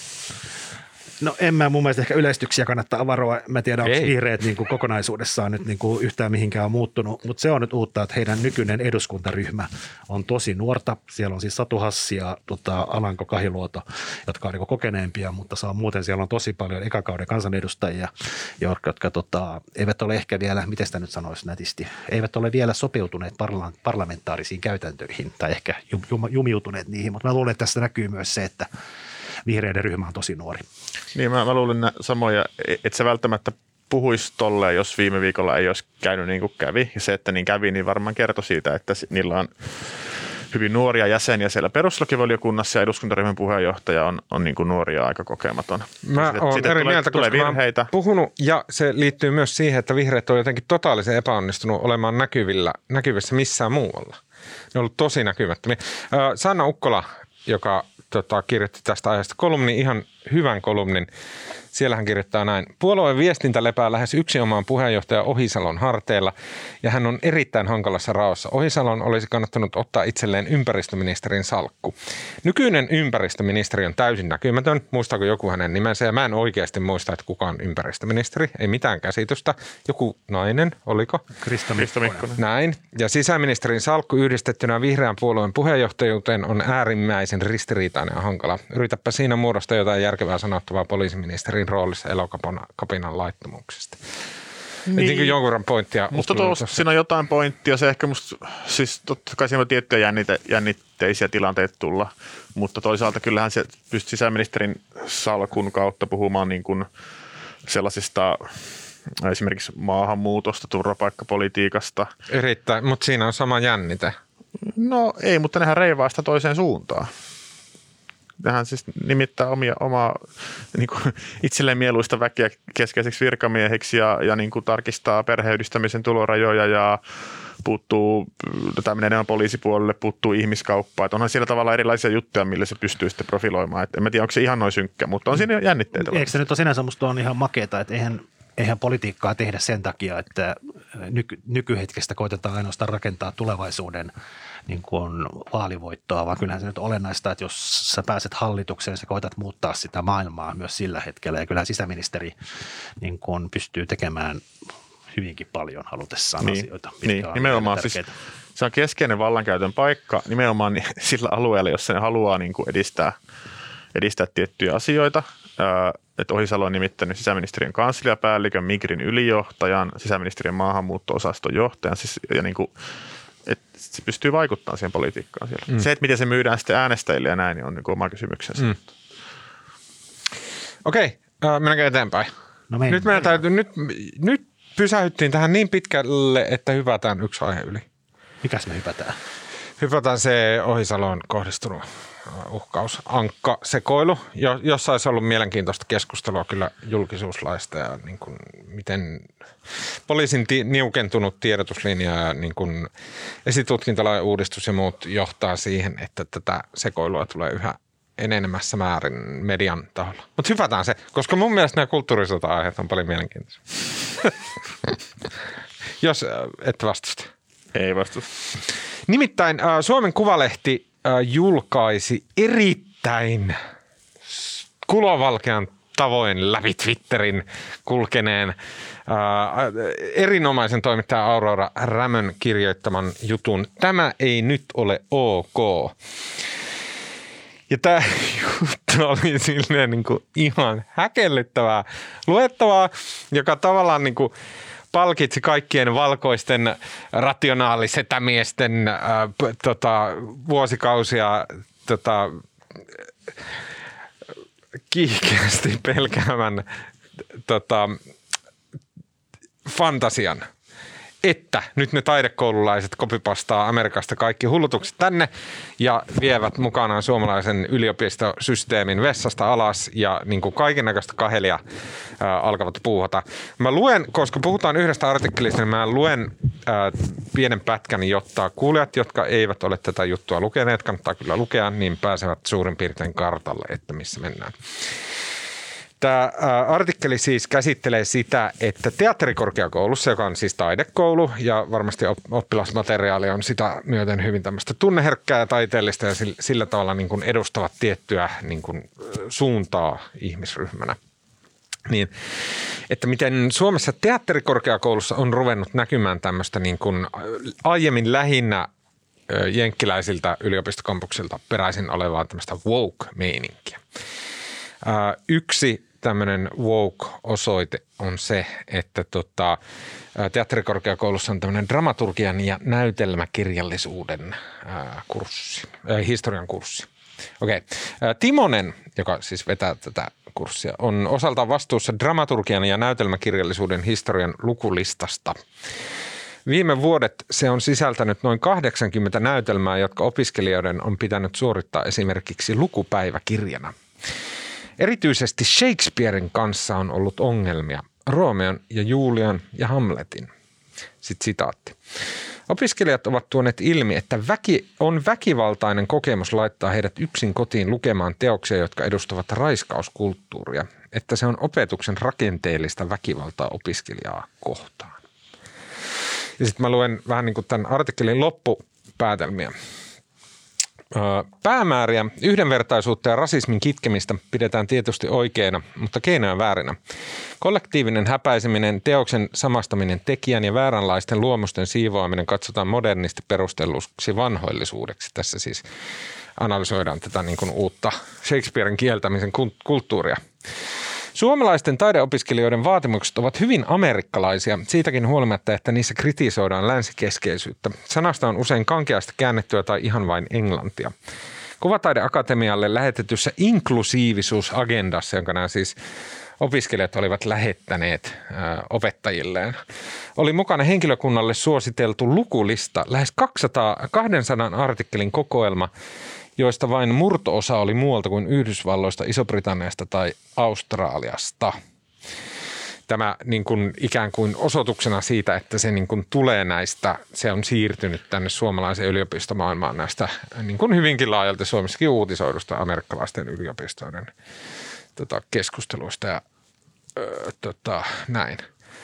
No en mä mun mielestä ehkä yleistyksiä kannattaa varoa. Mä tiedän, onko Ei. vihreät niin kuin kokonaisuudessaan nyt niin kuin yhtään mihinkään on muuttunut, mutta se on nyt uutta, että heidän nykyinen eduskuntaryhmä on tosi nuorta. Siellä on siis Satu Hassi ja tota, Alanko Kahiluoto, jotka on niin kuin kokeneempia, mutta saa muuten siellä on tosi paljon ekakauden kansanedustajia, jotka, jotka tota, eivät ole ehkä vielä, miten sitä nyt sanoisi nätisti, eivät ole vielä sopeutuneet parla- parlamentaarisiin käytäntöihin tai ehkä jum, jum, jumiutuneet niihin, mutta mä luulen, että tässä näkyy myös se, että vihreiden ryhmä on tosi nuori. Niin mä, mä luulen nä- samoja, että se välttämättä puhuisi tolleen, jos viime viikolla ei olisi käynyt niin kuin kävi. Ja se, että niin kävi, niin varmaan kertoi siitä, että niillä on hyvin nuoria jäseniä siellä perustuslakivaliokunnassa ja eduskuntaryhmän puheenjohtaja on, on niin kuin nuoria aika kokematon. Mä Sitä- oon siitä eri tulee, mieltä, tulee koska virheitä. mä oon puhunut ja se liittyy myös siihen, että vihreät on jotenkin totaalisen epäonnistunut olemaan näkyvillä, näkyvissä missään muualla. Ne on ollut tosi näkymättömiä. Sanna Ukkola, joka tota, kirjoitti tästä aiheesta kolumnin, ihan hyvän kolumnin. Siellä hän kirjoittaa näin. Puolueen viestintä lepää lähes yksinomaan puheenjohtaja Ohisalon harteilla ja hän on erittäin hankalassa raossa. Ohisalon olisi kannattanut ottaa itselleen ympäristöministerin salkku. Nykyinen ympäristöministeri on täysin näkymätön. Muistaako joku hänen nimensä? Ja mä en oikeasti muista, että kuka on ympäristöministeri. Ei mitään käsitystä. Joku nainen, oliko? Krista Krista Mikkonen. Mikkonen. Näin. Ja sisäministerin salkku yhdistettynä vihreän puolueen puheenjohtajuuteen on äärimmäisen ristiriitainen ja hankala. Yritäpä siinä muodostaa jotain järkevää sanottavaa poliisiministerin roolissa elokapinan laittomuuksista. Niin, niin kuin jonkun verran pointtia. Musta tuossa siinä on jotain pointtia. Se ehkä musta, siis totta kai siinä on tiettyjä jännite, jännitteisiä tilanteita tulla, mutta toisaalta kyllähän se pystyy sisäministerin salkun kautta puhumaan niin kuin sellaisista esimerkiksi maahanmuutosta, turvapaikkapolitiikasta. Erittäin, mutta siinä on sama jännite. No ei, mutta nehän reivaa sitä toiseen suuntaan. Nehän siis nimittää omia, omaa niin kuin itselleen mieluista väkeä keskeiseksi virkamiehiksi ja, ja niin kuin tarkistaa perheyhdistämisen tulorajoja ja puuttuu, tämä menee enemmän poliisipuolelle, puuttuu ihmiskauppaa. Että onhan siellä tavallaan erilaisia juttuja, millä se pystyy sitten profiloimaan. Et en mä tiedä, onko se ihan noin synkkä, mutta on siinä jännitteitä. Eikö se nyt ole sinänsä musta on ihan makeeta, että eihän, eihän politiikkaa tehdä sen takia, että nyky, nykyhetkestä koitetaan ainoastaan rakentaa tulevaisuuden niin kuin vaalivoittoa, vaan kyllähän se nyt on olennaista, että jos sä pääset hallitukseen, sä koetat muuttaa sitä maailmaa myös sillä hetkellä. Ja kyllähän sisäministeri niin kuin pystyy tekemään hyvinkin paljon halutessaan niin, asioita, mitkä niin, on nimenomaan siis se on keskeinen vallankäytön paikka nimenomaan sillä alueella, jossa ne haluaa niin kuin edistää, edistää tiettyjä asioita. Että Ohisalo on nimittänyt sisäministeriön kansliapäällikön, Migrin ylijohtajan, sisäministeriön maahanmuutto-osaston johtajan siis, ja niin kuin, että se pystyy vaikuttamaan siihen politiikkaan siellä. Mm. Se, että miten se myydään sitten äänestäjille ja näin, niin on niin kuin oma kysymyksensä. Mm. Okei, äh, mennäänkö eteenpäin? No nyt meidän täytyy, nyt, nyt pysähyttiin tähän niin pitkälle, että hypätään yksi aihe yli. Mikäs me hypätään? Hypätään se Ohisaloon kohdistunut uhkaus, ankka-sekoilu, jossa olisi ollut mielenkiintoista keskustelua kyllä julkisuuslaista ja niin kuin miten poliisin ti- niukentunut tiedotuslinja ja niin kuin esitutkintalain uudistus ja muut johtaa siihen, että tätä sekoilua tulee yhä enenemässä määrin median taholla. Mutta hypätään se, koska mun mielestä nämä kulttuurisota-aiheet on paljon mielenkiintoisia. Jos et vastusta. Ei vastusta. Nimittäin äh, Suomen Kuvalehti äh, julkaisi erittäin kulovalkean tavoin läpi Twitterin kulkeneen äh, erinomaisen toimittaja Aurora Rämön kirjoittaman jutun Tämä ei nyt ole ok. Ja tämä juttu oli silleen niin kuin ihan häkellyttävää luettavaa, joka tavallaan niin kuin palkitsi kaikkien valkoisten rationaalisetämiesten äh, p- tota, vuosikausia tota, kiihkeästi pelkäämän tota, fantasian. että nyt ne taidekoululaiset kopipastaa Amerikasta kaikki hullutukset tänne ja vievät mukanaan suomalaisen yliopistosysteemin vessasta alas ja niin kuin kaikennäköistä kahelia ää, alkavat puuhata. Mä luen, koska puhutaan yhdestä artikkelista, niin mä luen ää, pienen pätkän, jotta kuulijat, jotka eivät ole tätä juttua lukeneet, kannattaa kyllä lukea, niin pääsevät suurin piirtein kartalle, että missä mennään. Tämä artikkeli siis käsittelee sitä, että teatterikorkeakoulussa, joka on siis taidekoulu ja varmasti oppilasmateriaali on sitä myöten hyvin tämmöistä tunneherkkää ja taiteellista ja sillä tavalla niin kuin edustavat tiettyä niin kuin suuntaa ihmisryhmänä. Niin, että miten Suomessa teatterikorkeakoulussa on ruvennut näkymään tämmöistä niin kuin aiemmin lähinnä jenkkiläisiltä yliopistokampuksilta peräisin olevaa tämmöistä woke-meininkiä. Yksi tämmöinen woke-osoite on se, että tota, teatterikorkeakoulussa on tämmöinen dramaturgian ja näytelmäkirjallisuuden ää, kurssi, ää, historian kurssi. Okei. Okay. Timonen, joka siis vetää tätä kurssia, on osaltaan vastuussa dramaturgian ja näytelmäkirjallisuuden historian lukulistasta. Viime vuodet se on sisältänyt noin kahdeksankymmentä näytelmää, jotka opiskelijoiden on pitänyt suorittaa esimerkiksi lukupäiväkirjana. Erityisesti Shakespearen kanssa on ollut ongelmia, Romeon ja Julian ja Hamletin. Sitten sitaatti. Opiskelijat ovat tuoneet ilmi, että väki on väkivaltainen kokemus laittaa heidät yksin kotiin lukemaan teoksia, jotka edustavat raiskauskulttuuria, että se on opetuksen rakenteellista väkivaltaa opiskelijaa kohtaan. Ja sitten mä luen vähän niin kuin tämän artikkelin loppupäätelmiä. Päämääriä, yhdenvertaisuutta ja rasismin kitkemistä pidetään tietysti oikeina, mutta keinoja väärinä. Kollektiivinen häpäiseminen, teoksen samastaminen tekijän ja vääränlaisten luomusten siivoaminen katsotaan modernisti perustelluksi vanhoillisuudeksi. Tässä siis analysoidaan tätä niin kuin uutta Shakespearen kieltämisen kulttuuria. Suomalaisten taideopiskelijoiden vaatimukset ovat hyvin amerikkalaisia, siitäkin huolimatta, että niissä kritisoidaan länsikeskeisyyttä. Sanasta on usein kankeasti käännettyä tai ihan vain englantia. Kuvataideakatemialle lähetetyssä inklusiivisuusagendassa, jonka nämä siis opiskelijat olivat lähettäneet ää, opettajilleen, oli mukana henkilökunnalle suositeltu lukulista, lähes kaksisataa, kahdensadan artikkelin kokoelma, joista vain murto-osa oli muualta kuin Yhdysvalloista, Iso-Britanniasta tai Australiasta. Tämä niin kuin ikään kuin osoituksena siitä, että se niin kuin tulee näistä, se on siirtynyt tänne suomalaiseen yliopistomaailmaan näistä niin kuin hyvinkin laajalti Suomessakin uutisoidusta amerikkalaisten yliopistoiden tota, keskusteluista ja öö, tota, näin.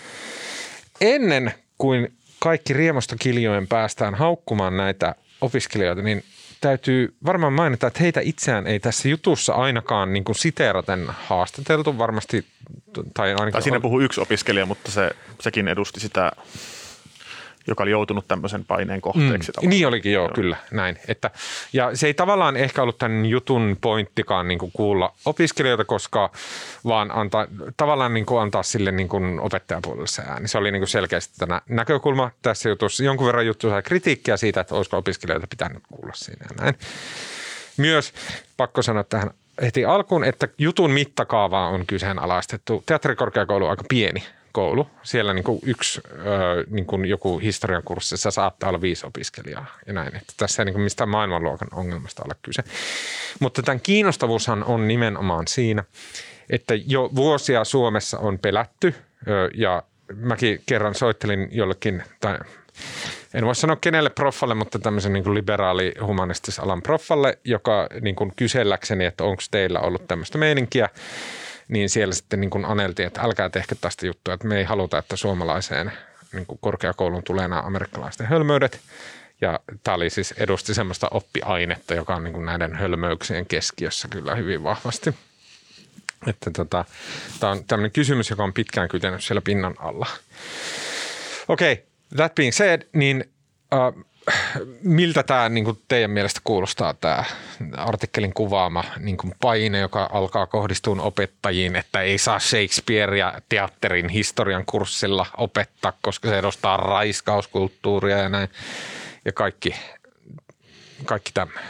Ennen kuin kaikki riemosta kiljoen päästään haukkumaan näitä opiskelijoita, niin täytyy varmaan mainita, että heitä itseään ei tässä jutussa ainakaan niin kuin siteeraten haastateltu varmasti. Tai, ainakin tai siinä puhuu yksi opiskelija, mutta se, sekin edusti sitä, joka oli joutunut tämmöisen paineen kohteeksi. Mm, niin olikin, joo, joo, kyllä, näin. Että, ja se ei tavallaan ehkä ollut tämän jutun pointtikaan niin kuin kuulla opiskelijoita, koska vaan antaa, tavallaan niin kuin antaa sille niin kuin opettajapuolelle se ääni. Se oli niin kuin selkeästi tämä näkökulma tässä jutussa. Jonkun verran juttu sai kritiikkiä siitä, että olisiko opiskelijoita pitänyt kuulla siinä ja näin. Myös pakko sanoa tähän heti alkuun, että jutun mittakaavaa on kyseenalaistettu. Teatterikorkeakoulu on aika pieni koulu. Siellä niin kuin yksi ö, niin kuin joku historian kurssissa saattaa olla viisi opiskelijaa ja näin. Että tässä ei niin kuin mistään maailmanluokan ongelmasta ole kyse. Mutta tämän kiinnostavuushan on nimenomaan siinä, että jo vuosia Suomessa on pelätty ö, ja mäkin kerran soittelin jollekin, tai en voi sanoa kenelle proffalle, mutta tämmöisen niin kuin liberaali-humanistisalan proffalle, joka niin kuin kyselläkseni, että onko teillä ollut tämmöistä meininkiä, niin siellä sitten niin kuin aneltiin, että älkää tehkö tästä juttua, että me ei haluta, että suomalaiseen niin kuin korkeakouluun tulee nämä amerikkalaisten hölmöydet. Ja tämä oli siis edusti semmoista oppiainetta, joka on niin kuin näiden hölmöyksien keskiössä kyllä hyvin vahvasti. Että tota, tämä on tämmöinen kysymys, joka on pitkään kytenyt siellä pinnan alla. Okei, okay, that being said, niin uh, miltä tämä niin kuin teidän mielestä kuulostaa tämä artikkelin kuvaama niin kuin paine, joka alkaa kohdistuun opettajiin, että ei saa Shakespearea teatterin historian kurssilla opettaa, koska se edustaa raiskauskulttuuria ja näin ja kaikki, kaikki tämmöinen?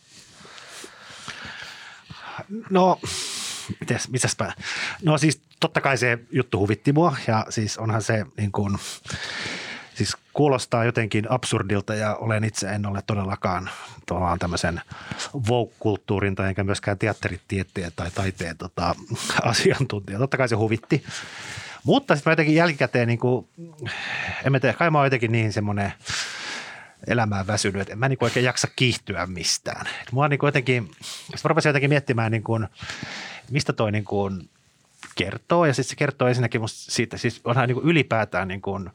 No, mitäs, mitäspä? No siis totta kai se juttu huvitti mua ja siis onhan se niin kuin, siis kuulostaa jotenkin absurdilta ja olen itse en ole todellakaan tavallaan tämmöisen woke-kulttuurin tai enkä myöskään teatteritieteen tai taiteen tota, asiantuntija. Totta kai se huvitti. Mutta sitten mä jotenkin jälkikäteen, niin kuin, en mä tiedä, kai mä oon jotenkin niin semmoinen elämään väsynyt, että en mä niin kuin oikein jaksa kiihtyä mistään. Et mua niin kuin jotenkin, sitten mä rupesin jotenkin miettimään, niin kuin, mistä toi niin kuin kertoo. Ja sitten se kertoo ensinnäkin musta siitä, siis onhan niin kuin ylipäätään niin kuin,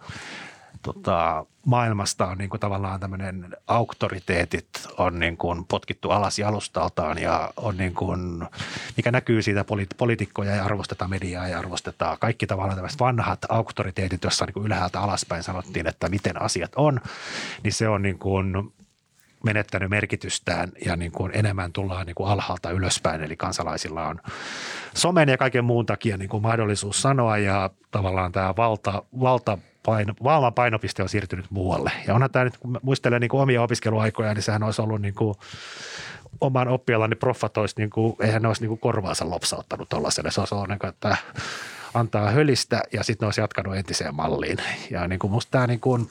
tota, maailmasta on niin kuin tavallaan tämmöinen auktoriteetit on niin kuin potkittu alas jalustaltaan ja on niin kuin, mikä näkyy siitä poli- poliitikkoja ja arvostetaan mediaa ja arvostetaan kaikki tavallaan tämmöiset vanhat auktoriteetit, joissa niin kuin ylhäältä alaspäin sanottiin, että miten asiat on, niin se on niin kuin menettänyt merkitystään ja niin kuin enemmän tullaan niin kuin alhaalta ylöspäin, eli kansalaisilla on somen ja kaiken muun takia niin kuin mahdollisuus sanoa ja tavallaan tämä valta, valta Paino, vallan painopiste on siirtynyt muualle. Ja onhan tämä nyt, kun muistelen niin kuin omia opiskeluaikoja, niin sehän olisi ollut niin kuin oman oppijallani proffat olisi, niin kuin, eihän ne olisi niin kuin korvaansa lopsauttanut tuollaiselle. Se olisi ollut niin kuin, että antaa hölistä ja sitten ne olisi jatkanut entiseen malliin. Ja niin kuin musta tämä niin kuin,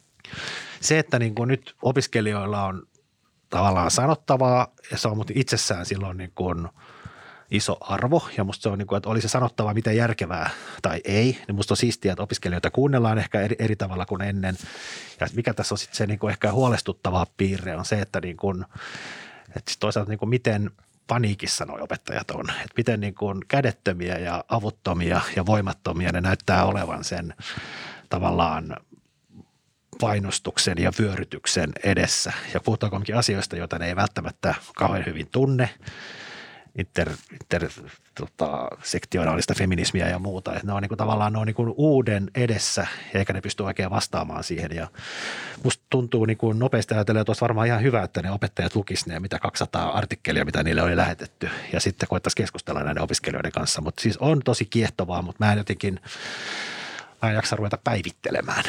se, että niin kuin nyt opiskelijoilla on tavallaan sanottavaa ja se on mutta itsessään silloin niin kuin iso arvo ja musta se on niin kuin, että oli se sanottava miten järkevää tai ei, niin musta on siistiä, että opiskelijoita kuunnellaan ehkä eri, eri tavalla kuin ennen. Ja mikä tässä on sitten se niin kuin ehkä huolestuttava piirre on se, että, niin kuin, että toisaalta niin kuin miten paniikissa nuo opettajat on, että miten niin kuin kädettömiä ja avuttomia ja voimattomia ne näyttää olevan sen tavallaan painostuksen ja vyörytyksen edessä. Ja puhutaan kuitenkin asioista, joita ne ei välttämättä kauhean hyvin tunne. Inter, inter, tota, sektionaalista feminismiä ja muuta. Että ne on niin kuin, tavallaan ne on niin kuin uuden edessä, eikä ne pysty oikein vastaamaan siihen. Ja musta tuntuu niin kuin nopeasti ajatellen, että olisi varmaan ihan hyvä, että ne opettajat lukisivat ne mitä kaksisataa artikkelia, mitä niille oli lähetetty. Ja sitten koettaisiin keskustella näiden opiskelijoiden kanssa. Mutta siis on tosi kiehtovaa, mutta mä en jotenkin, mä en jaksa ruveta päivittelemään.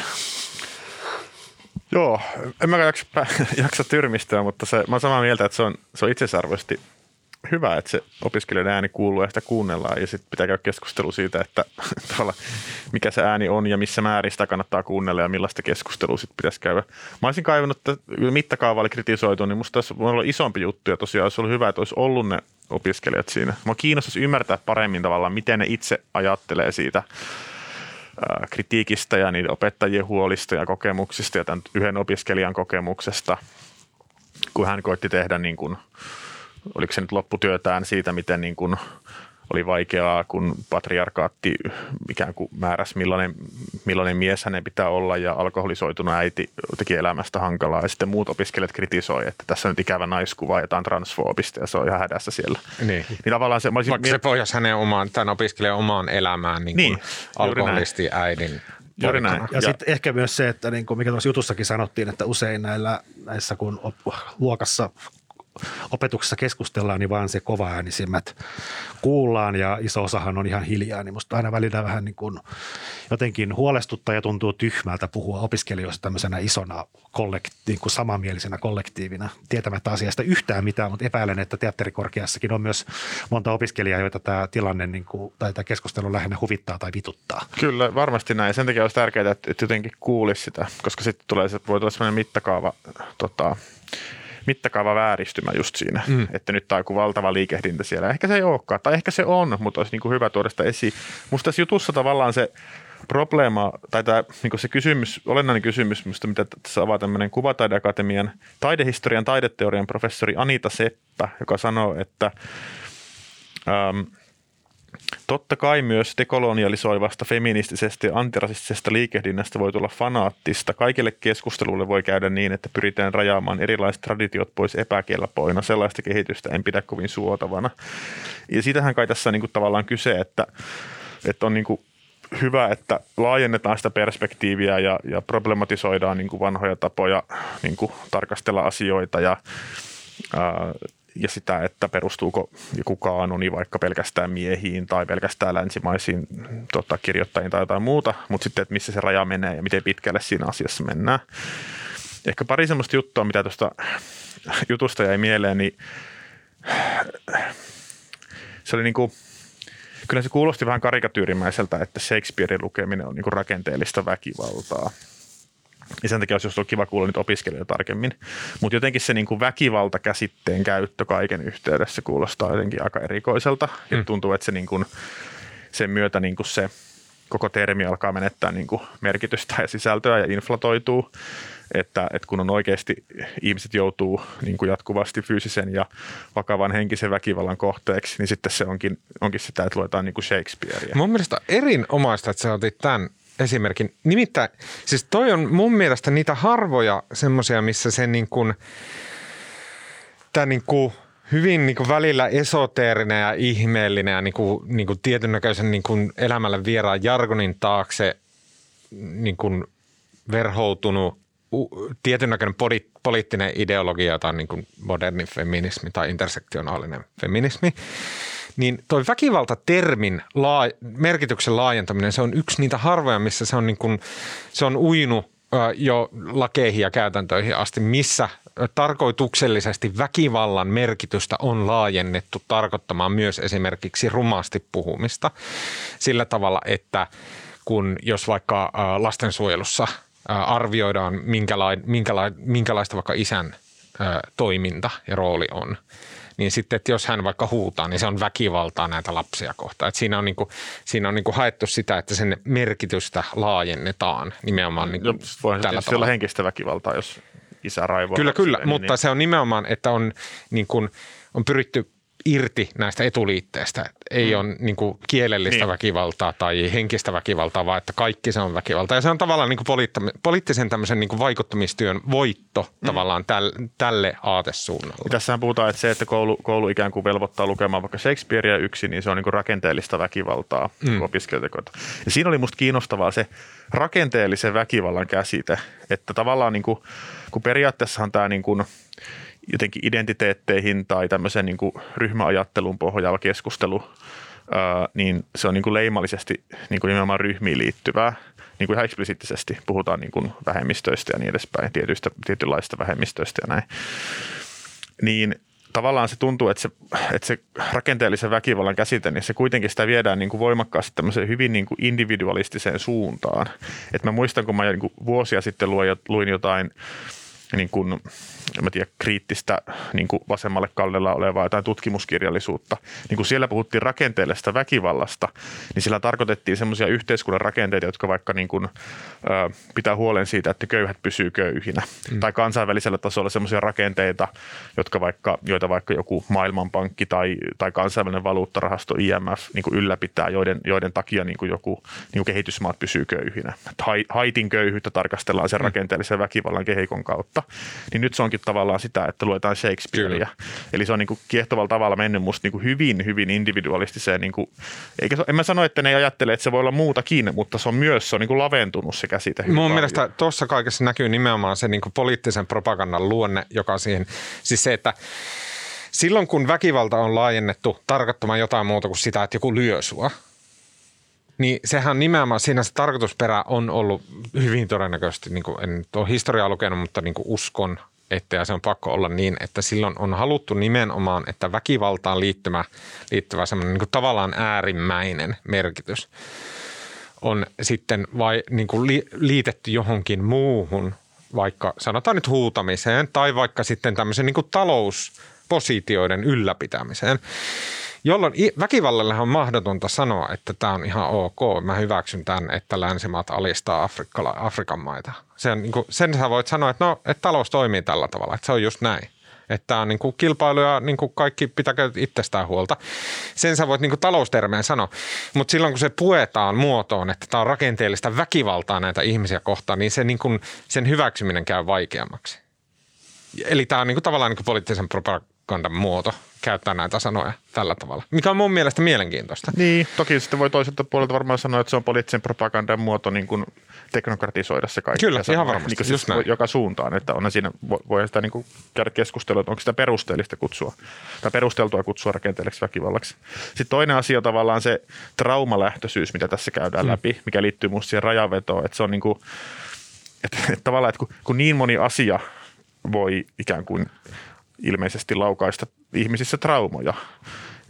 Joo, en mä jaksa, jaksa tyrmistyä, mutta se, mä oon samaa mieltä, että se on, se on itsesarvoisesti hyvä, että se opiskelijoiden ääni kuuluu ja sitä kuunnellaan ja sitten pitää käydä keskustelu siitä, että mikä se ääni on ja missä määrin sitä kannattaa kuunnella ja millaista keskustelua sitten pitäisi käydä. Mä olisin kaivannut, että mittakaava oli kritisoitu, niin musta tässä on ollut isompi juttu ja tosiaan olisi ollut hyvä, että olisi ollut ne opiskelijat siinä. Mä kiinnostaisi ymmärtää paremmin tavallaan, miten ne itse ajattelee siitä ää, kritiikistä ja niiden opettajien huolista ja kokemuksista ja tämän yhden opiskelijan kokemuksesta, kun hän koitti tehdä niin kuin oliko se nyt lopputyötään siitä, miten niin kuin oli vaikeaa, kun patriarkaatti ikään kuin määräsi, millainen, millainen mies hänen pitää olla ja alkoholisoitunut äiti teki elämästä hankalaa. Ja sitten muut opiskelijat kritisoi, että tässä on nyt ikävä naiskuva ja jotain transfoobista ja se on ihan hädässä siellä. Niin. Niin tavallaan se, Vaikka se pohjasi hänen omaan, tämän opiskelijan omaan elämään niin niin, alkoholisti äidin. Juuri näin. Ja, ja sitten ehkä myös se, että niin kuin mikä tuossa jutussakin sanottiin, että usein näillä, näissä kun op, luokassa opetuksessa keskustellaan, niin vaan se kovaäänisimmät kuullaan ja iso osahan on ihan hiljaa, niin musta aina välillä vähän niin kuin jotenkin huolestuttaa ja tuntuu tyhmältä puhua opiskelijoista tämmöisenä isona kollekti- niin kuin samanmielisenä kollektiivina, tietämättä asiasta yhtään mitään, mutta epäilen, että teatterikorkeassakin on myös monta opiskelijaa, joita tämä tilanne niin kuin, tai tämä keskustelu lähinnä huvittaa tai vituttaa. Kyllä, varmasti näin. Sen takia olisi tärkeää, että jotenkin kuulisi sitä, koska sitten tulee, voi tulla sellainen mittakaava, tota, mittakaava vääristymä just siinä, mm. että nyt tämä on joku valtava liikehdintä siellä. Ehkä se ei olekaan, tai ehkä se on, mutta olisi niin kuin hyvä tuoda sitä esiin. Musta tässä jutussa tavallaan se probleema, tai tämä, niin kuin se kysymys, olennainen kysymys, musta, mitä tässä avaa tämmöinen Kuvataideakatemian taidehistorian taideteorian professori Anita Seppä, joka sanoo, että ähm, totta kai myös dekolonialisoivasta, feministisestä ja antirasistisesta liikehdinnästä voi tulla fanaattista. Kaikille keskustelulle voi käydä niin, että pyritään rajaamaan erilaiset traditiot pois epäkelpoina. Sellaista kehitystä en pidä kovin suotavana. Ja siitähän kai tässä on niin kuin tavallaan kyse, että, että on niin kuin hyvä, että laajennetaan sitä perspektiiviä ja, ja problematisoidaan niin kuin vanhoja tapoja niin kuin tarkastella asioita ja ää, ja sitä, että perustuuko joku kaanoni vaikka pelkästään miehiin tai pelkästään länsimaisiin tota, kirjoittajiin tai jotain muuta, mutta sitten, että missä se raja menee ja miten pitkälle siinä asiassa mennään. Ehkä pari semmoista juttua, mitä tuosta jutusta jäi mieleen, niin se oli niin kuin, kyllä se kuulosti vähän karikatyyrimäiseltä, että Shakespearein lukeminen on niin kuin rakenteellista väkivaltaa. Ja sen takia olisi ollut kiva kuulla nyt opiskelijoita tarkemmin. Mutta jotenkin se niin kuin väkivalta-käsitteen käyttö kaiken yhteydessä kuulostaa jotenkin aika erikoiselta. Mm. Ja tuntuu, että se niin kuin, sen myötä niin kuin se koko termi alkaa menettää niin kuin merkitystä ja sisältöä ja inflatoituu. Että, että kun on oikeasti ihmiset joutuu niin kuin jatkuvasti fyysisen ja vakavan henkisen väkivallan kohteeksi, niin sitten se onkin, onkin sitä, että luetaan niin kuin Shakespearea. Mun mielestä on erinomaista, että sä otit tämän esimerkin. Nimittäin, siis toi on mun mielestä niitä harvoja semmoisia, missä se niin kuin, tämä niin kuin hyvin niin kuin välillä esoteerinen ja ihmeellinen ja niin kuin, niin kuin tietyn näköisen niin kuin elämälle vieraan jargonin taakse niin kuin verhoutunut tietyn näköinen poli- poliittinen ideologia, jota on niin kuin moderni feminismi tai intersektionaalinen feminismi, niin toi väkivaltatermin laa- merkityksen laajentaminen, se on yksi niitä harvoja, missä se on, niin kuin, se on uinut jo lakeihin ja käytäntöihin asti, missä tarkoituksellisesti väkivallan merkitystä on laajennettu tarkoittamaan myös esimerkiksi rumasti puhumista sillä tavalla, että kun jos vaikka lastensuojelussa arvioidaan minkälaista, minkälaista vaikka isän toiminta ja rooli on, niin sitten, että jos hän vaikka huutaa, niin se on väkivaltaa näitä lapsia kohtaan. Että siinä on, niin kuin, siinä on niin kuin haettu sitä, että sen merkitystä laajennetaan nimenomaan niin kuin no, voihan tällä tavalla. Olla henkistä väkivaltaa, jos isä raivoo. Kyllä, kyllä, niin, mutta niin. se on nimenomaan, että on, niin kuin, on pyritty irti näistä etuliitteistä. Ei mm. ole niin kuin kielellistä niin. väkivaltaa tai henkistä väkivaltaa, vaan että kaikki se on väkivaltaa. Ja se on tavallaan niin kuin poliittisen tämmöisen niin kuin vaikuttamistyön voitto mm. tavallaan täl, tälle aatesuunnalle. Tässähän puhutaan, että se, että koulu, koulu ikään kuin velvoittaa lukemaan vaikka Shakespearea yksin, niin se on niin kuin rakenteellista väkivaltaa mm. opiskelijoita. Ja siinä oli musta kiinnostavaa se rakenteellisen väkivallan käsite, että tavallaan niin kuin, kun periaatteessahan tämä niin kuin jotenkin identiteetteihin tai tämmöisen niin kuin ryhmäajattelun pohjaava keskustelu, ää, niin se on niin kuin leimallisesti niin kuin nimenomaan ryhmiin liittyvää. Niin kuin ihan eksplisiittisesti puhutaan niin kuin vähemmistöistä ja niin edespäin, tietyistä, tietynlaista vähemmistöistä ja näin. Niin tavallaan se tuntuu, että se, että se rakenteellisen väkivallan käsite, niin se kuitenkin sitä viedään niin kuin voimakkaasti tämmöiseen hyvin niin kuin individualistiseen suuntaan. Et mä muistan, kun mä niin kuin vuosia sitten luin jotain niin kuin, en mä tiedä, kriittistä niin kuin vasemmalle kallella olevaa jotain tutkimuskirjallisuutta. Niin kuin siellä puhuttiin rakenteellisesta väkivallasta, niin sillä tarkoitettiin semmoisia yhteiskunnan rakenteita, jotka vaikka niin kuin, ö, pitää huolen siitä, että köyhät pysyy köyhinä. Mm. Tai kansainvälisellä tasolla semmoisia rakenteita, jotka vaikka, joita vaikka joku maailmanpankki tai, tai kansainvälinen valuuttarahasto I M F niin kuin ylläpitää, joiden, joiden takia niin kuin joku niin kuin kehitysmaat pysyy köyhinä. Haitin köyhyyttä tarkastellaan sen rakenteellisen väkivallan kehikon kautta. Niin nyt se onkin tavallaan sitä, että luetaan Shakespearea. Kyllä. Eli se on niin kuin kiehtovalla tavalla mennyt musta niin kuin hyvin, hyvin individualistiseen. Niin kuin, eikä se, en mä sano, että ne ei ajattele, että se voi olla muutakin, mutta se on myös se on niin kuin laventunut se käsite. Mun paljon. Mielestä tuossa kaikessa näkyy nimenomaan se niin kuin poliittisen propagandan luonne, joka siihen, siis se, että silloin kun väkivalta on laajennettu tarkoittamaan jotain muuta kuin sitä, että joku lyö sua, niin sehän nimenomaan siinä se tarkoitusperä on ollut hyvin todennäköisesti, niin kuin en ole historiaa lukenut, mutta niin kuin uskon, että ja se on pakko olla niin, että silloin on haluttu nimenomaan, että väkivaltaan liittymä, liittyvä semmoinen niin kuin tavallaan äärimmäinen merkitys on sitten vai, niin kuin li, liitetty johonkin muuhun, vaikka sanotaan nyt huutamiseen tai vaikka sitten tämmöisen niin kuin talouspositioiden ylläpitämiseen. Jolloin väkivallalle on mahdotonta sanoa, että tämä on ihan ok. Mä hyväksyn tämän, että länsimaat alistaa Afrikkala, Afrikan maita. Sen, niin kuin, sen sä voit sanoa, että, no, että talous toimii tällä tavalla, että se on just näin. Että tämä on niin kuin kilpailu ja niin kuin kaikki pitäkö itsestään huolta. Sen sä voit niin kuin taloustermeen sanoa. Mutta silloin kun se puetaan muotoon, että tämä on rakenteellista väkivaltaa näitä ihmisiä kohtaan, niin, se, niin kuin, sen hyväksyminen käy vaikeammaksi. Eli tämä on niin kuin tavallaan niin kuin poliittisen propagandan muoto käyttää näitä sanoja tällä tavalla, mikä on mun mielestä mielenkiintoista. Niin, toki sitten voi toiselta puolelta varmaan sanoa, että se on poliittisen propagandan muoto niin kuin teknokratisoida se kaikki. Kyllä, ihan varmasti, niin just näin. Joka suuntaan, että onhan siinä, voi sitä niin kuin käydä keskustelua, että onko sitä perusteellista kutsua, tai perusteltua kutsua rakenteelliseksi väkivallaksi. Sitten toinen asia on tavallaan se traumalähtöisyys, mitä tässä käydään hmm. läpi, mikä liittyy musta siihen rajanvetoon, että se on niin kuin, että, että tavallaan, että kun, kun niin moni asia voi ikään kuin ilmeisesti laukaista ihmisissä traumoja,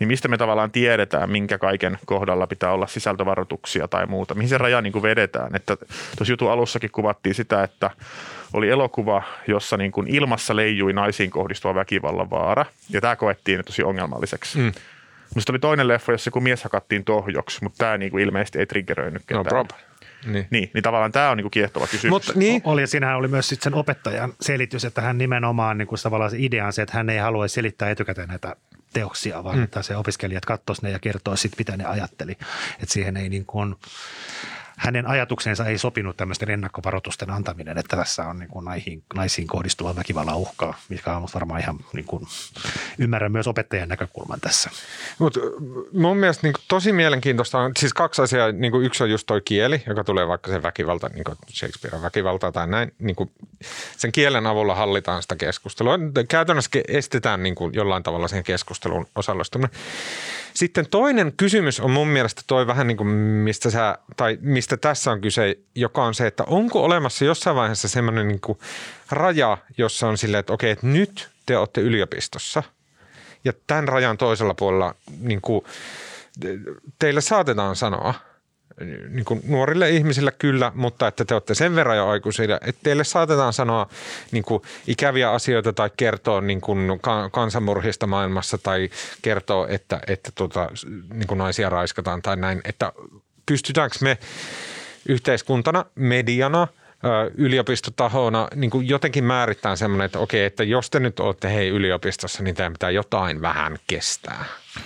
niin mistä me tavallaan tiedetään, minkä kaiken kohdalla pitää olla sisältövaroituksia tai muuta, mihin se raja niin kuin vedetään. Että tuossa jutun alussakin kuvattiin sitä, että oli elokuva, jossa niin kuin ilmassa leijui naisiin kohdistuva väkivallan vaara, ja tämä koettiin tosi ongelmalliseksi. Mm. Musta oli toinen leffa, jossa joku mies hakattiin tohjoksi, mutta tämä niin kuin ilmeisesti ei triggeröinyt ketään. No problem. Niin. Niin, niin tavallaan tämä on niinku kiehtova kysymys. Mutta niin. Oli, ja siinähän oli myös sit sen opettajan selitys, että hän nimenomaan niin kuin tavallaan se idea on se, että hän ei halua selittää etukäteen näitä teoksia, vaan mm. että se opiskelijat kattoisi ne ja kertoisi sitten, mitä ne ajatteli. Että siihen ei niin kuin, hänen ajatuksensa ei sopinut tämmöisten ennakkovaroitusten antaminen, että tässä on niin kuin naisiin, naisiin kohdistuva väkivallan uhkaa, mikä on varmaan ihan niin kuin, ymmärrän myös opettajan näkökulman tässä. Mutta mun mielestä niin kuin tosi mielenkiintoista on, siis kaksi asiaa, niin kuin yksi on just toi kieli, joka tulee vaikka sen väkivalta, niin kuin Shakespearen väkivalta tai näin, niin kuin sen kielen avulla hallitaan sitä keskustelua. Käytännössä estetään niin kuin jollain tavalla siihen keskusteluun osallistuminen. Sitten toinen kysymys on mun mielestä toi vähän niin kuin mistä sä, tai mistä tässä on kyse, joka on se, että onko olemassa jossain vaiheessa semmoinen niin kuin raja, jossa on silleen, että okei, että nyt te olette yliopistossa ja tämän rajan toisella puolella niin kuin teille saatetaan sanoa, niin kuin nuorille ihmisille kyllä, mutta että te olette sen verran jo aikuisia, että teille saatetaan sanoa niin kuin ikäviä asioita tai kertoa niin kuin kansanmurhista maailmassa tai kertoa, että, että tuota, niin kuin naisia raiskataan tai näin, että pystytäänkö me yhteiskuntana, mediana, yliopistotahona niin kuin jotenkin määrittämään semmoinen, että okei, että jos te nyt olette hei yliopistossa, niin teidän pitää jotain vähän kestää.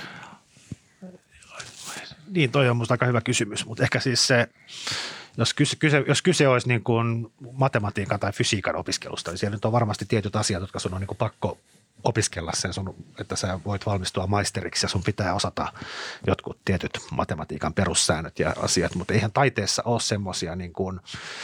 Niin, toi on musta aika hyvä kysymys, mutta ehkä siis se, jos kyse, kyse, jos kyse olisi niin kuin matematiikan tai fysiikan opiskelusta, niin siellä nyt on varmasti tietyt asiat, jotka sun on niin kuin pakko opiskella sen, sun, että sä voit valmistua maisteriksi ja sun pitää osata jotkut tietyt matematiikan perussäännöt ja asiat, mutta eihän taiteessa ole semmoisia niin kuin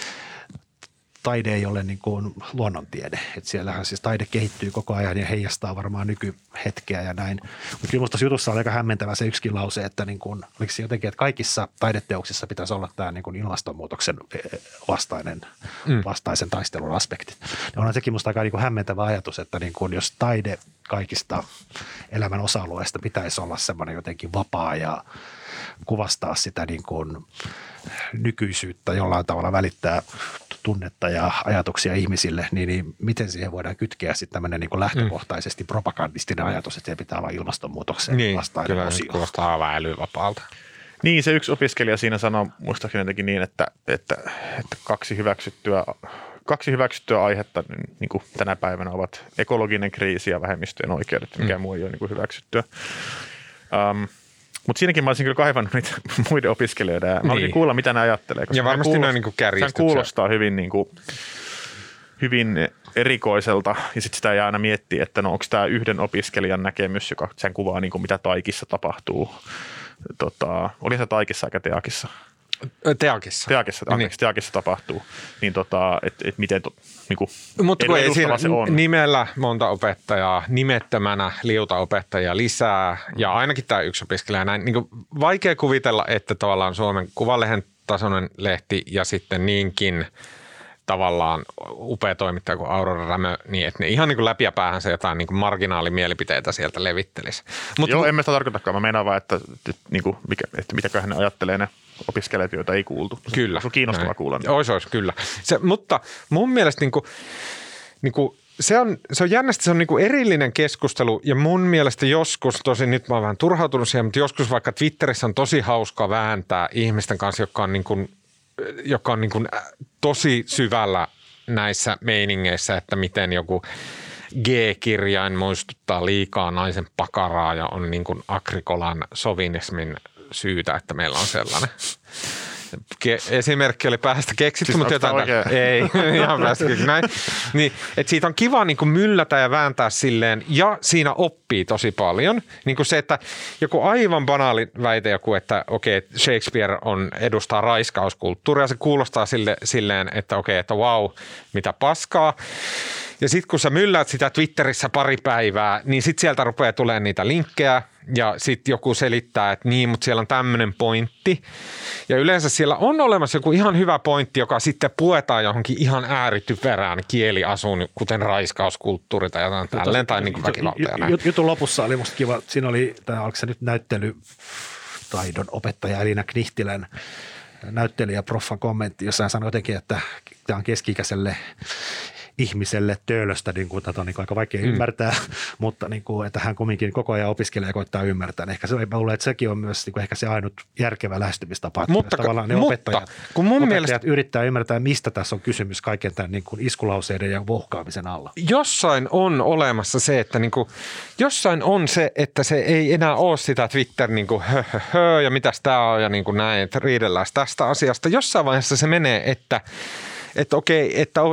taide ei ole niin kuin luonnontiede. Et siellähän siis taide kehittyy koko ajan ja heijastaa varmaan nykyhetkeä ja näin. Mutta kyllä musta jutussa oli aika hämmentävä se yksikin lause, että niin kuin, oliko se jotenkin, että kaikissa taideteoksissa pitäisi olla tämä niin kuin ilmastonmuutoksen vastainen, mm. vastaisen taistelun aspekti. Ja onhan sekin musta aika niin kuin hämmentävä ajatus, että niin kuin jos taide kaikista elämän osa-alueista pitäisi olla semmoinen jotenkin vapaa ja kuvastaa sitä niin kuin nykyisyyttä, jollain tavalla välittää tunnetta ja ajatuksia ihmisille, niin, niin miten siihen voidaan kytkeä sitten tämmöinen niin kuin lähtökohtaisesti propagandistinen ajatus, että se pitää olla ilmastonmuutoksen niin, vastainen kyllä, osio. Niin, kuulostaa aivan älyvapaalta. Niin, se yksi opiskelija siinä sanoi muistaakseni jotenkin niin, että, että, että kaksi hyväksyttyä Kaksi hyväksyttyä aihetta niin kuin tänä päivänä ovat ekologinen kriisi ja vähemmistöjen oikeudet, mikä mm. muu ei ole niin kuin hyväksyttyä. Um, Mutta siinäkin mä olisin kyllä kaivannut niitä muiden opiskelijoita. Mä niin. olisin kuulla, mitä ne ajattelee. Ja varmasti ne on niin kuin kärjistetty. Sehän kuulostaa hyvin, niin kuin, hyvin erikoiselta ja sitten sitä ei aina miettiä, että no onko tämä yhden opiskelijan näkemys, joka sen kuvaa niin kuin mitä Taikissa tapahtuu. Tota, oli se Taikissa eikä Teakissa? Teakissa. Teakissa, niin. anteeksi, Teakissa tapahtuu. Niin tota, että et miten to, niinku, mutta kun ei siinä se on. Nimellä monta opettajaa, nimettömänä liuta opettajia lisää ja ainakin tämä yksi opiskelija näin. Niin vaikea kuvitella, että tavallaan Suomen Kuvalehden tasoinen lehti ja sitten niinkin tavallaan upea toimittaja kuin Aurora Rämö, niin että ne ihan niin kuin läpi ja päähän se jotain niin kuin marginaalimielepiteitä sieltä levittelisi. Mut, Joo, en mä sitä tarkoitakaan. Mä meinaan vaan, että, että, niin kuin, mikä, että mitäköhän ne ajattelee ne opiskelijat, joita ei kuultu. Kyllä. Se on kiinnostavaa näin. Kuulla. Ois, ois, kyllä. Se, mutta mun mielestä niin kuin, niin kuin, se on, se on jännästi, se on niin kuin erillinen keskustelu ja mun mielestä joskus, tosin nyt mä oon vähän turhautunut siihen, mutta joskus vaikka Twitterissä on tosi hauskaa vääntää ihmisten kanssa, jotka on niin kuin joka on niin kuin tosi syvällä näissä meiningeissä, että miten joku G-kirjain muistuttaa liikaa naisen pakaraa ja on niin kuin Agrikolan sovinismin syytä, että meillä on sellainen. Esimerkki oli päästä keksitty, siis mutta jotain ei, ihan päästä näin. Niin, että siitä on kiva niin kuin myllätä ja vääntää silleen, ja siinä oppii tosi paljon. Niin kuin se, että joku aivan banaali väite joku, että okei, okay, Shakespeare on, edustaa raiskauskulttuuria, se kuulostaa sille, silleen, että okei, okay, että vau, wow, mitä paskaa. Ja sitten kun sä mylläät sitä Twitterissä pari päivää, niin sitten sieltä rupeaa tulemaan niitä linkkejä ja sitten joku selittää, että niin, mutta siellä on tämmöinen pointti. Ja yleensä siellä on olemassa joku ihan hyvä pointti, joka sitten puetaan johonkin ihan äärityperään kieliasuun, kuten raiskauskulttuuri tai jotain tälleen, tai niin kuin väkivalta ja näin. Jutun lopussa oli musta kiva, siinä oli, tämä oliko se nyt näyttelytaidon opettaja Elina Knihtilän näyttelijä proffan kommentti, jossa hän sanoi jotenkin, että tämä on keski-ikäiselle ihmiselle töölöstä, niin kuin, tätä on niin kuin aika vaikea mm. ymmärtää, mutta niin kuin, että hän kumminkin koko ajan opiskelee ja koittaa ymmärtää. Ehkä se, mä luulen, että sekin on myös niin kuin ehkä se ainut järkevä lähestymistapa. Mutta, tavallaan ne mutta, opettajat, kun mun opettajat mielestä, yrittää ymmärtää, mistä tässä on kysymys kaiken tämän niin kuin iskulauseiden ja vohkaamisen alla. Jossain on olemassa se, että niin kuin, jossain on se, että se ei enää ole sitä Twitter niin kuin hö, hö, hö, ja mitäs tämä on ja niin kuin näin, että riidellään tästä asiasta. Jossain vaiheessa se menee, että, että okei, että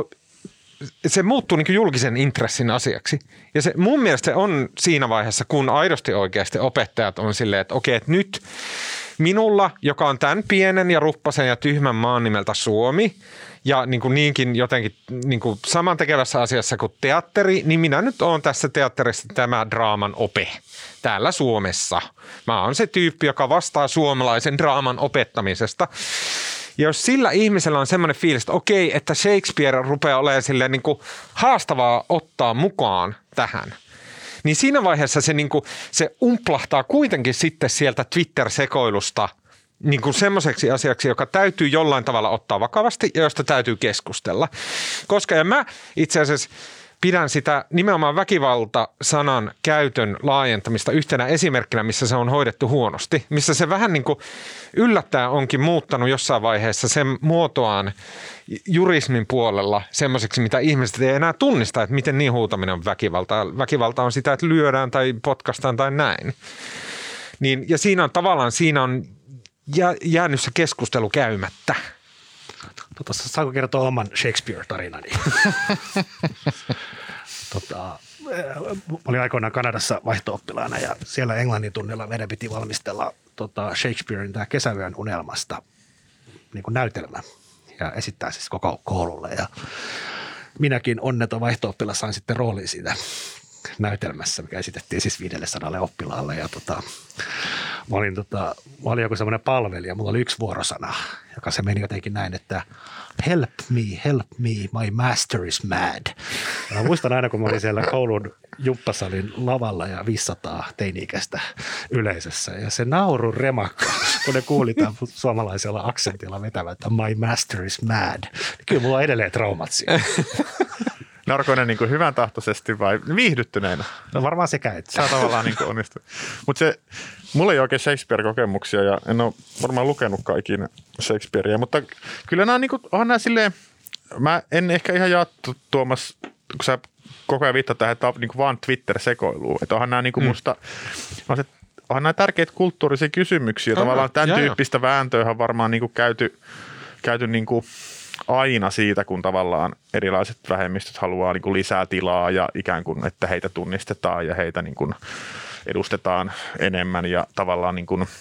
se muuttuu niin kuin julkisen intressin asiaksi. Ja se mun mielestä se on siinä vaiheessa, kun aidosti oikeasti opettajat on silleen, että okei, että nyt minulla, joka on tämän pienen ja ruppasen ja tyhmän maan nimeltä Suomi, ja niin kuin niinkin jotenkin niin kuin samantekevässä asiassa kuin teatteri, niin minä nyt olen tässä teatterissa tämä draaman ope täällä Suomessa. Mä oon se tyyppi, joka vastaa suomalaisen draaman opettamisesta. Ja jos sillä ihmisellä on semmoinen fiilis, että okei, että Shakespeare rupeaa olemaan silleen niin kuin haastavaa ottaa mukaan tähän, niin siinä vaiheessa se, niin kuin, se umplahtaa kuitenkin sitten sieltä Twitter-sekoilusta niin kuin semmoiseksi asiaksi, joka täytyy jollain tavalla ottaa vakavasti ja josta täytyy keskustella. Koska ja mä itse asiassa pidän sitä nimenomaan väkivalta-sanan käytön laajentamista yhtenä esimerkkinä, missä se on hoidettu huonosti. Missä se vähän niin kuin yllättäen onkin muuttanut jossain vaiheessa sen muotoaan jurismin puolella semmoiseksi, mitä ihmiset ei enää tunnista, että miten niin huutaminen on väkivalta. Väkivalta on sitä, että lyödään tai potkastaan tai näin. Niin, ja siinä on tavallaan, siinä on jäänyt se keskustelu käymättä. Tota, saanko kertoa oman Shakespeare-tarinani? tota, mä olin aikoinaan Kanadassa vaihto-oppilaana ja siellä englannin tunnilla meidän piti valmistella tota Shakespearein tämä Kesäyön unelmasta niin kuin näytelmä ja esittää siis koko koululle. Ja minäkin onneton vaihto-oppilas sain sitten roolin siitä näytelmässä, mikä esitettiin siis viidellesadalle oppilaalle. Ja tota, mä, olin, tota, mä olin joku semmoinen palvelija, mulla oli yksi vuorosana, joka se meni jotenkin näin, että help me, help me, my master is mad. Ja mä muistan aina, kun mä olin siellä koulun jumppasalin lavalla ja viisisataa teini-ikäistä yleisössä. Ja se nauru remakka, kun ne kuuli tämän suomalaisella aksentilla vetävän, että my master is mad. Kyllä mulla on edelleen traumat siinä. Narkoinen niin kuin hyvän tahtoisesti vai viihdyttyneenä? No varmaan sekä, että. Sä tavallaan niin onnistunut. Mutta se, mulla ei oikein Shakespeare-kokemuksia ja en ole varmaan lukenutkaan ikinä Shakespearea, mutta kyllä nämä on niin kuin, onhan nämä silleen, mä en ehkä ihan jaa Tuomas, kun sä koko ajan viittaa tähän, että on niin kuin vaan Twitter-sekoiluun, että onhan nämä niin kuin mm. musta, on se, onhan nämä tärkeitä kulttuurisia kysymyksiä, Aha, tavallaan tämän jaa, tyyppistä jo. vääntöä on varmaan niin kuin käyty, käyty niin kuin aina siitä, kun tavallaan erilaiset vähemmistöt haluaa niin kuin lisää tilaa ja ikään kuin, että heitä tunnistetaan ja heitä niin kuin edustetaan enemmän ja tavallaan niin kuin,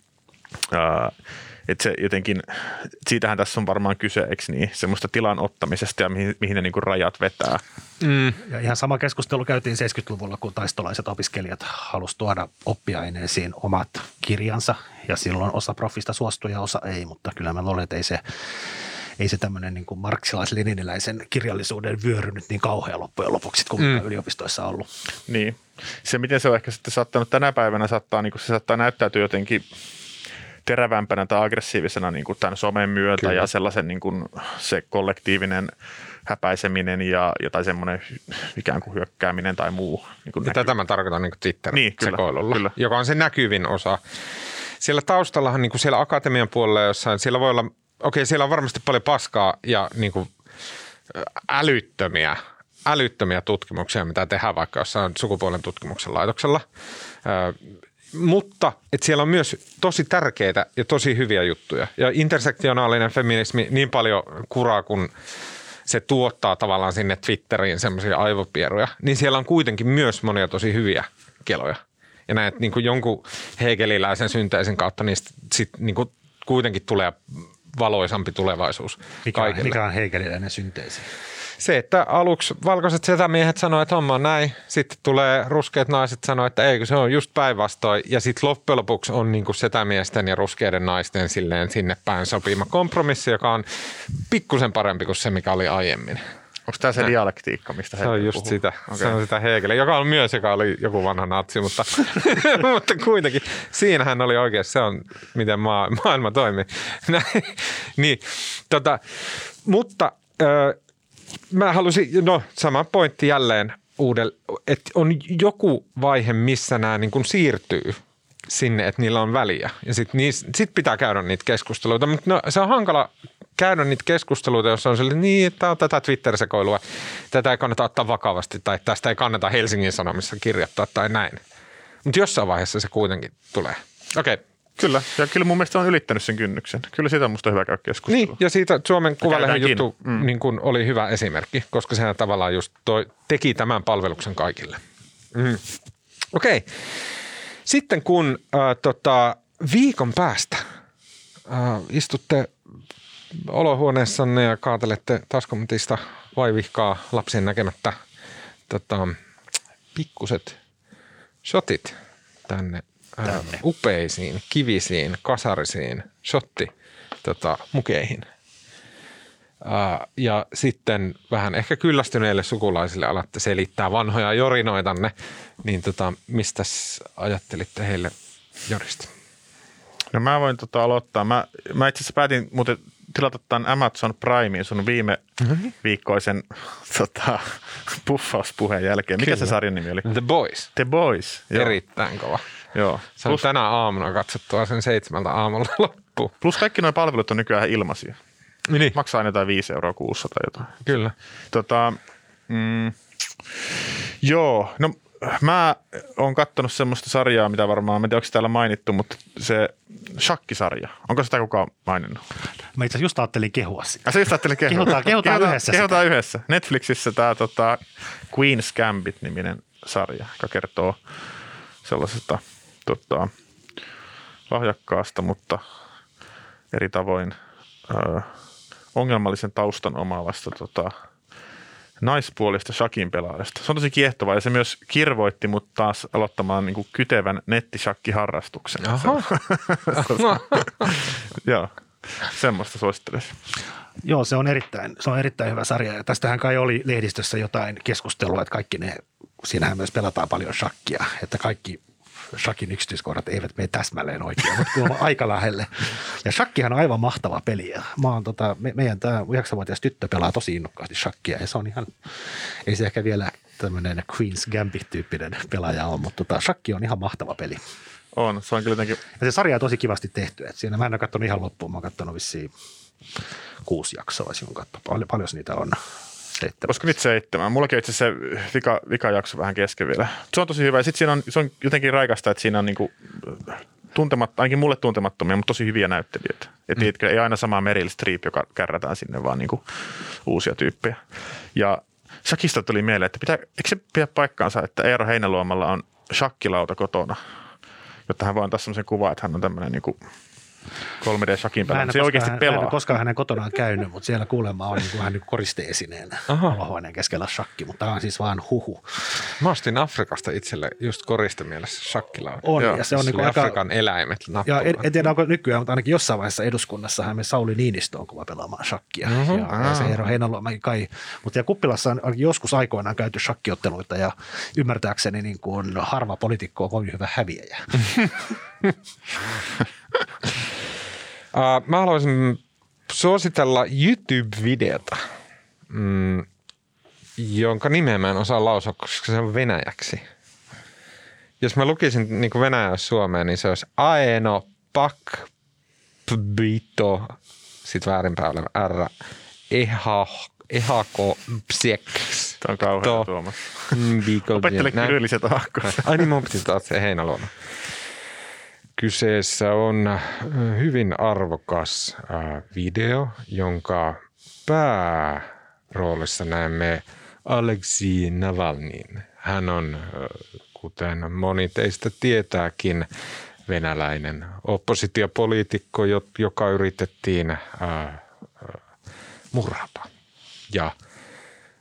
ää, että se jotenkin, siitähän tässä on varmaan kyse, eikö niin, semmoista tilan ottamisesta ja mihin, mihin ne niin kuin rajat vetää. Mm. Ja ihan sama keskustelu käytiin seitsemänkymmentäluvulla, kun taistolaiset opiskelijat halusivat tuoda oppiaineisiin omat kirjansa ja silloin osa profista suostui ja osa ei, mutta kyllä mä luulen, että ei se Ei se tämmöinen niin kuin marksilais-leniniläisen kirjallisuuden vyöry nyt niin kauhean loppujen lopuksi, kuin mm. yliopistoissa on ollut. Niin. Se, miten se on ehkä sitten saattanut tänä päivänä, saattaa, niin kuin se saattaa näyttäytyä jotenkin terävämpänä tai aggressiivisena niin kuin tämän somen myötä Kyllä. ja sellaisen niin kuin se kollektiivinen häpäiseminen ja jotain semmoinen ikään kuin hyökkääminen tai muu. Niin kuin tätä mä tarkoitan niin kuin Twitter-sekoilulla, niin, joka on se näkyvin osa. Siellä taustallahan niin kuin siellä akatemian puolella jossain, siellä voi olla Okei, siellä on varmasti paljon paskaa ja niin kuin älyttömiä, älyttömiä tutkimuksia, mitä tehdään vaikka jossain sukupuolen tutkimuksen laitoksella. Ö, mutta että siellä on myös tosi tärkeitä ja tosi hyviä juttuja. Ja intersektionaalinen feminismi niin paljon kuraa, kun se tuottaa tavallaan sinne Twitteriin semmoisia aivopieruja, niin siellä on kuitenkin myös monia tosi hyviä keloja. Ja näet niin kuin jonkun hegeliläisen synteesin kautta niistä sitten niin kuin kuitenkin tulee valoisampi tulevaisuus mikä, kaikille. Mikä on hegeliläinen synteesi? se, että aluksi valkoiset setämiehet sanoo, että homma on näin, sitten tulee ruskeat naiset sanoo, että eikö se on just päinvastoin, ja sitten loppujen lopuksi on niinku setämiesten ja ruskeiden naisten silleen sinne päin sopima kompromissi, joka on pikkusen parempi kuin se, mikä oli aiemmin. Onko tämä se Näin. dialektiikka, mistä Hegel puhuu? Se on just puhuu? sitä. Okay. Se on sitä Hegel, joka on myös, joka oli joku vanha natsi, mutta, mutta kuitenkin siinähän oli oikein, se on miten maa, maailma toimii. niin, tota, mutta ö, mä halusin, no sama pointti jälleen uudelle, että on joku vaihe, missä nämä niin kuin siirtyy sinne, että niillä on väliä. Ja sitten sit pitää käydä niitä keskusteluita, mutta no, se on hankala käydä niitä keskusteluita, jossa on sellainen, niin, että on tätä Twitter-sekoilua, tätä ei kannata ottaa vakavasti tai tästä ei kannata Helsingin Sanomissa kirjoittaa tai näin. Mutta jossain vaiheessa se kuitenkin tulee. Okei. Okay. Kyllä, ja kyllä mun mielestä se on ylittänyt sen kynnyksen. Kyllä siitä on musta hyvä käydä keskustelua. Niin, ja siitä Suomen Kuvalehden juttu mm. niin kun oli hyvä esimerkki, koska sehän tavallaan just toi, teki tämän palveluksen kaikille. Mm. Okei. Okay. Sitten kun äh, tota, viikon päästä äh, istutte olohuoneessanne ja kaatelette taskomutista vaivihkaa lapsien näkemättä tota, pikkuset shotit tänne, tänne. Äh, upeisiin, kivisiin, kasarisiin shotti tota, mukeihin. Äh, ja sitten vähän ehkä kyllästyneille sukulaisille alatte selittää vanhoja jorinoitanne, niin tota, mistäs ajattelitte heille jorista? No mä voin tota aloittaa. Mä, mä itse asiassa päätin muuten tilata tämän Amazon Primein sun viime mm-hmm. viikkoisen tota, puffauspuheen jälkeen. Mikä Kyllä. se sarjan nimi oli? The Boys. The Boys. Joo. Erittäin kova. Joo. Se on Plus, tänä aamuna katsottua sen seitsemältä aamulla loppuun. Plus kaikki nuo palvelut on nykyään ilmaisia. Niin. Maksaa aina jotain viisi euroa kuussa tai jotain. Kyllä. Tota, mm, joo, no mä oon kattonut semmoista sarjaa, mitä varmaan, mä en tiedä, onko se täällä mainittu, mutta se shakkisarja. Onko sitä kukaan maininnut? Mä itse asiassa just ajattelin kehua sitä. Ja sä just ajattelin kehua. Kehutaan, kehutaan, kehutaan yhdessä. Kehutaan sitä. yhdessä. Netflixissä tämä tota, Queen's Gambit-niminen sarja, joka kertoo sellaisesta tota, lahjakkaasta, mutta eri tavoin ö, ongelmallisen taustan omaavasta tota, naispuolista shakin pelaajasta. Se on tosi kiehtovaa ja se myös kirvoitti mut taas aloittamaan niin kuin kytevän nettishakkiharrastuksen. Joo, semmoista suosittelisin. Joo, se on erittäin, se on erittäin hyvä sarja ja tästähän kai oli lehdistössä jotain keskustelua, että kaikki ne, siinähän myös pelataan paljon shakkia, että kaikki shakin yksityiskohdat eivät mene täsmälleen oikein, mutta kun on aika lähelle. Ja shakkihan on aivan mahtava peli. Mä oon tota, me, meidän tämä yhdeksänvuotias tyttö pelaa tosi innokkaasti shakkia ja se on ihan, ei se ehkä vielä tämmöinen Queen's Gambit-tyyppinen pelaaja ole, mutta tota, shakki on ihan mahtava peli. On, se on kyllä jotenkin. Ja se sarja on tosi kivasti tehty. Et siinä mä en ole katsonut ihan loppuun, mä oon katsonut vissiin kuusi jaksoa, jos katsoa. Paljon, paljon niitä on. Seitsemän. Olisiko nyt seitsemän? Mullakin on itse asiassa se vika, vika jakso vähän kesken vielä. Se on tosi hyvä ja sitten siinä on, se on jotenkin raikasta, että siinä on niinku tuntematta, ainakin mulle tuntemattomia, mutta tosi hyviä näyttelijöitä. Et mm. ei aina sama Meryl Streep, joka kärrätään sinne, vaan niinku uusia tyyppejä. Ja shakista tuli mieleen, että pitää, eikö se pidä paikkaansa, että Eero Heinäluomalla on shakkilauta kotona, jotta hän voi antaa sellaisen kuvan, että hän on tämmöinen niinku kolme D-shakin pelaa. Se oikeasti pelaa. Mä en ole koskaan hänen kotonaan käynyt, mutta siellä kuulemma on niin kuin, vähän niin kuin koriste-esineenä olohuoneen keskellä shakki, mutta tämä on siis vaan huhu. Mä ostin Afrikasta itselle just koristemielessä shakkilauta. On, Joo. ja se on niin kuin Afrikan aika, eläimet nappulaa. Ja en, en tiedä, onko nykyään, mutta ainakin jossain vaiheessa eduskunnassahan me Sauli Niinistö on kova pelaamaan shakkia. Mm-hmm. Ja, ja se Eero Heinäluoma kai. Mutta siellä Kuppilassa on joskus aikoinaan käyty shakkiotteluita ja ymmärtääkseni niin kuin harva poliitikko on kovin hyvä häviäjä. Uh, mä haluaisin suositella YouTube-videota, mm, jonka nimeä mä en osaa lausua, koska se on venäjäksi. Jos mä lukisin niin kuin venäjä suomeen, niin se olisi Aeno Pak Pbito, sit väärinpäin oleva R, Eha, Ehako Pseks. Tämä on kauhean Tuomas. Opettele kyrilliset ahkot. Ai niin, mun piti taas se Heinäluoma. Kyseessä on hyvin arvokas video, jonka pääroolissa näemme Aleksei Navalnyin. Hän on, kuten moni teistä tietääkin, venäläinen oppositiopoliitikko, joka yritettiin murhata. Ja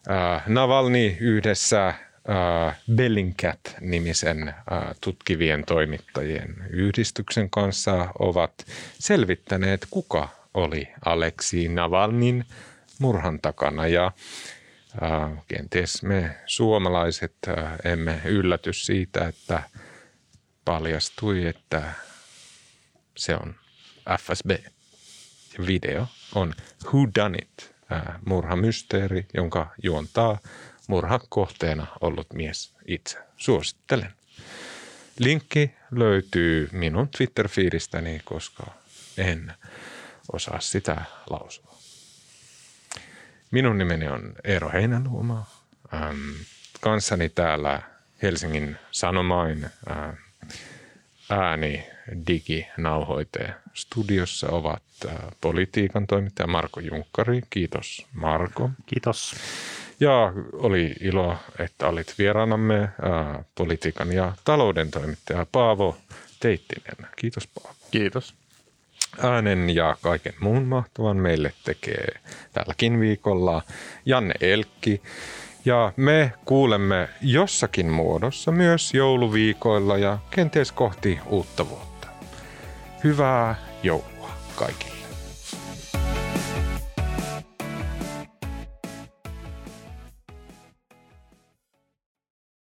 Äh, Navalny yhdessä äh, Bellingcat-nimisen äh, tutkivien toimittajien yhdistyksen kanssa ovat selvittäneet, kuka oli Aleksei Navalnyin murhan takana. Ja äh, kenties me suomalaiset äh, emme ylläty siitä, että paljastui, että se on F S B. Ja video on Who Done It? Murhamysteeri, jonka juontaa murhakohteena ollut mies itse. Suosittelen. Linkki löytyy minun Twitter-fiidistäni, koska en osaa sitä lausua. Minun nimeni on Eero Heinäluoma. Ähm, kanssani täällä Helsingin Sanomain äh, ääni diginauhoite studiossa ovat äh, politiikan toimittaja Marko Junkkari. Kiitos Marko. Kiitos. Ja oli ilo, että olit vieraanamme äh, politiikan ja talouden toimittaja Paavo Teittinen. Kiitos Paavo. Kiitos. Äänen ja kaiken muun mahtavan meille tekee tälläkin viikolla Janne Elkki. Ja me kuulemme jossakin muodossa myös jouluviikoilla ja kenties kohti uutta vuotta. Hyvää joulua kaikille.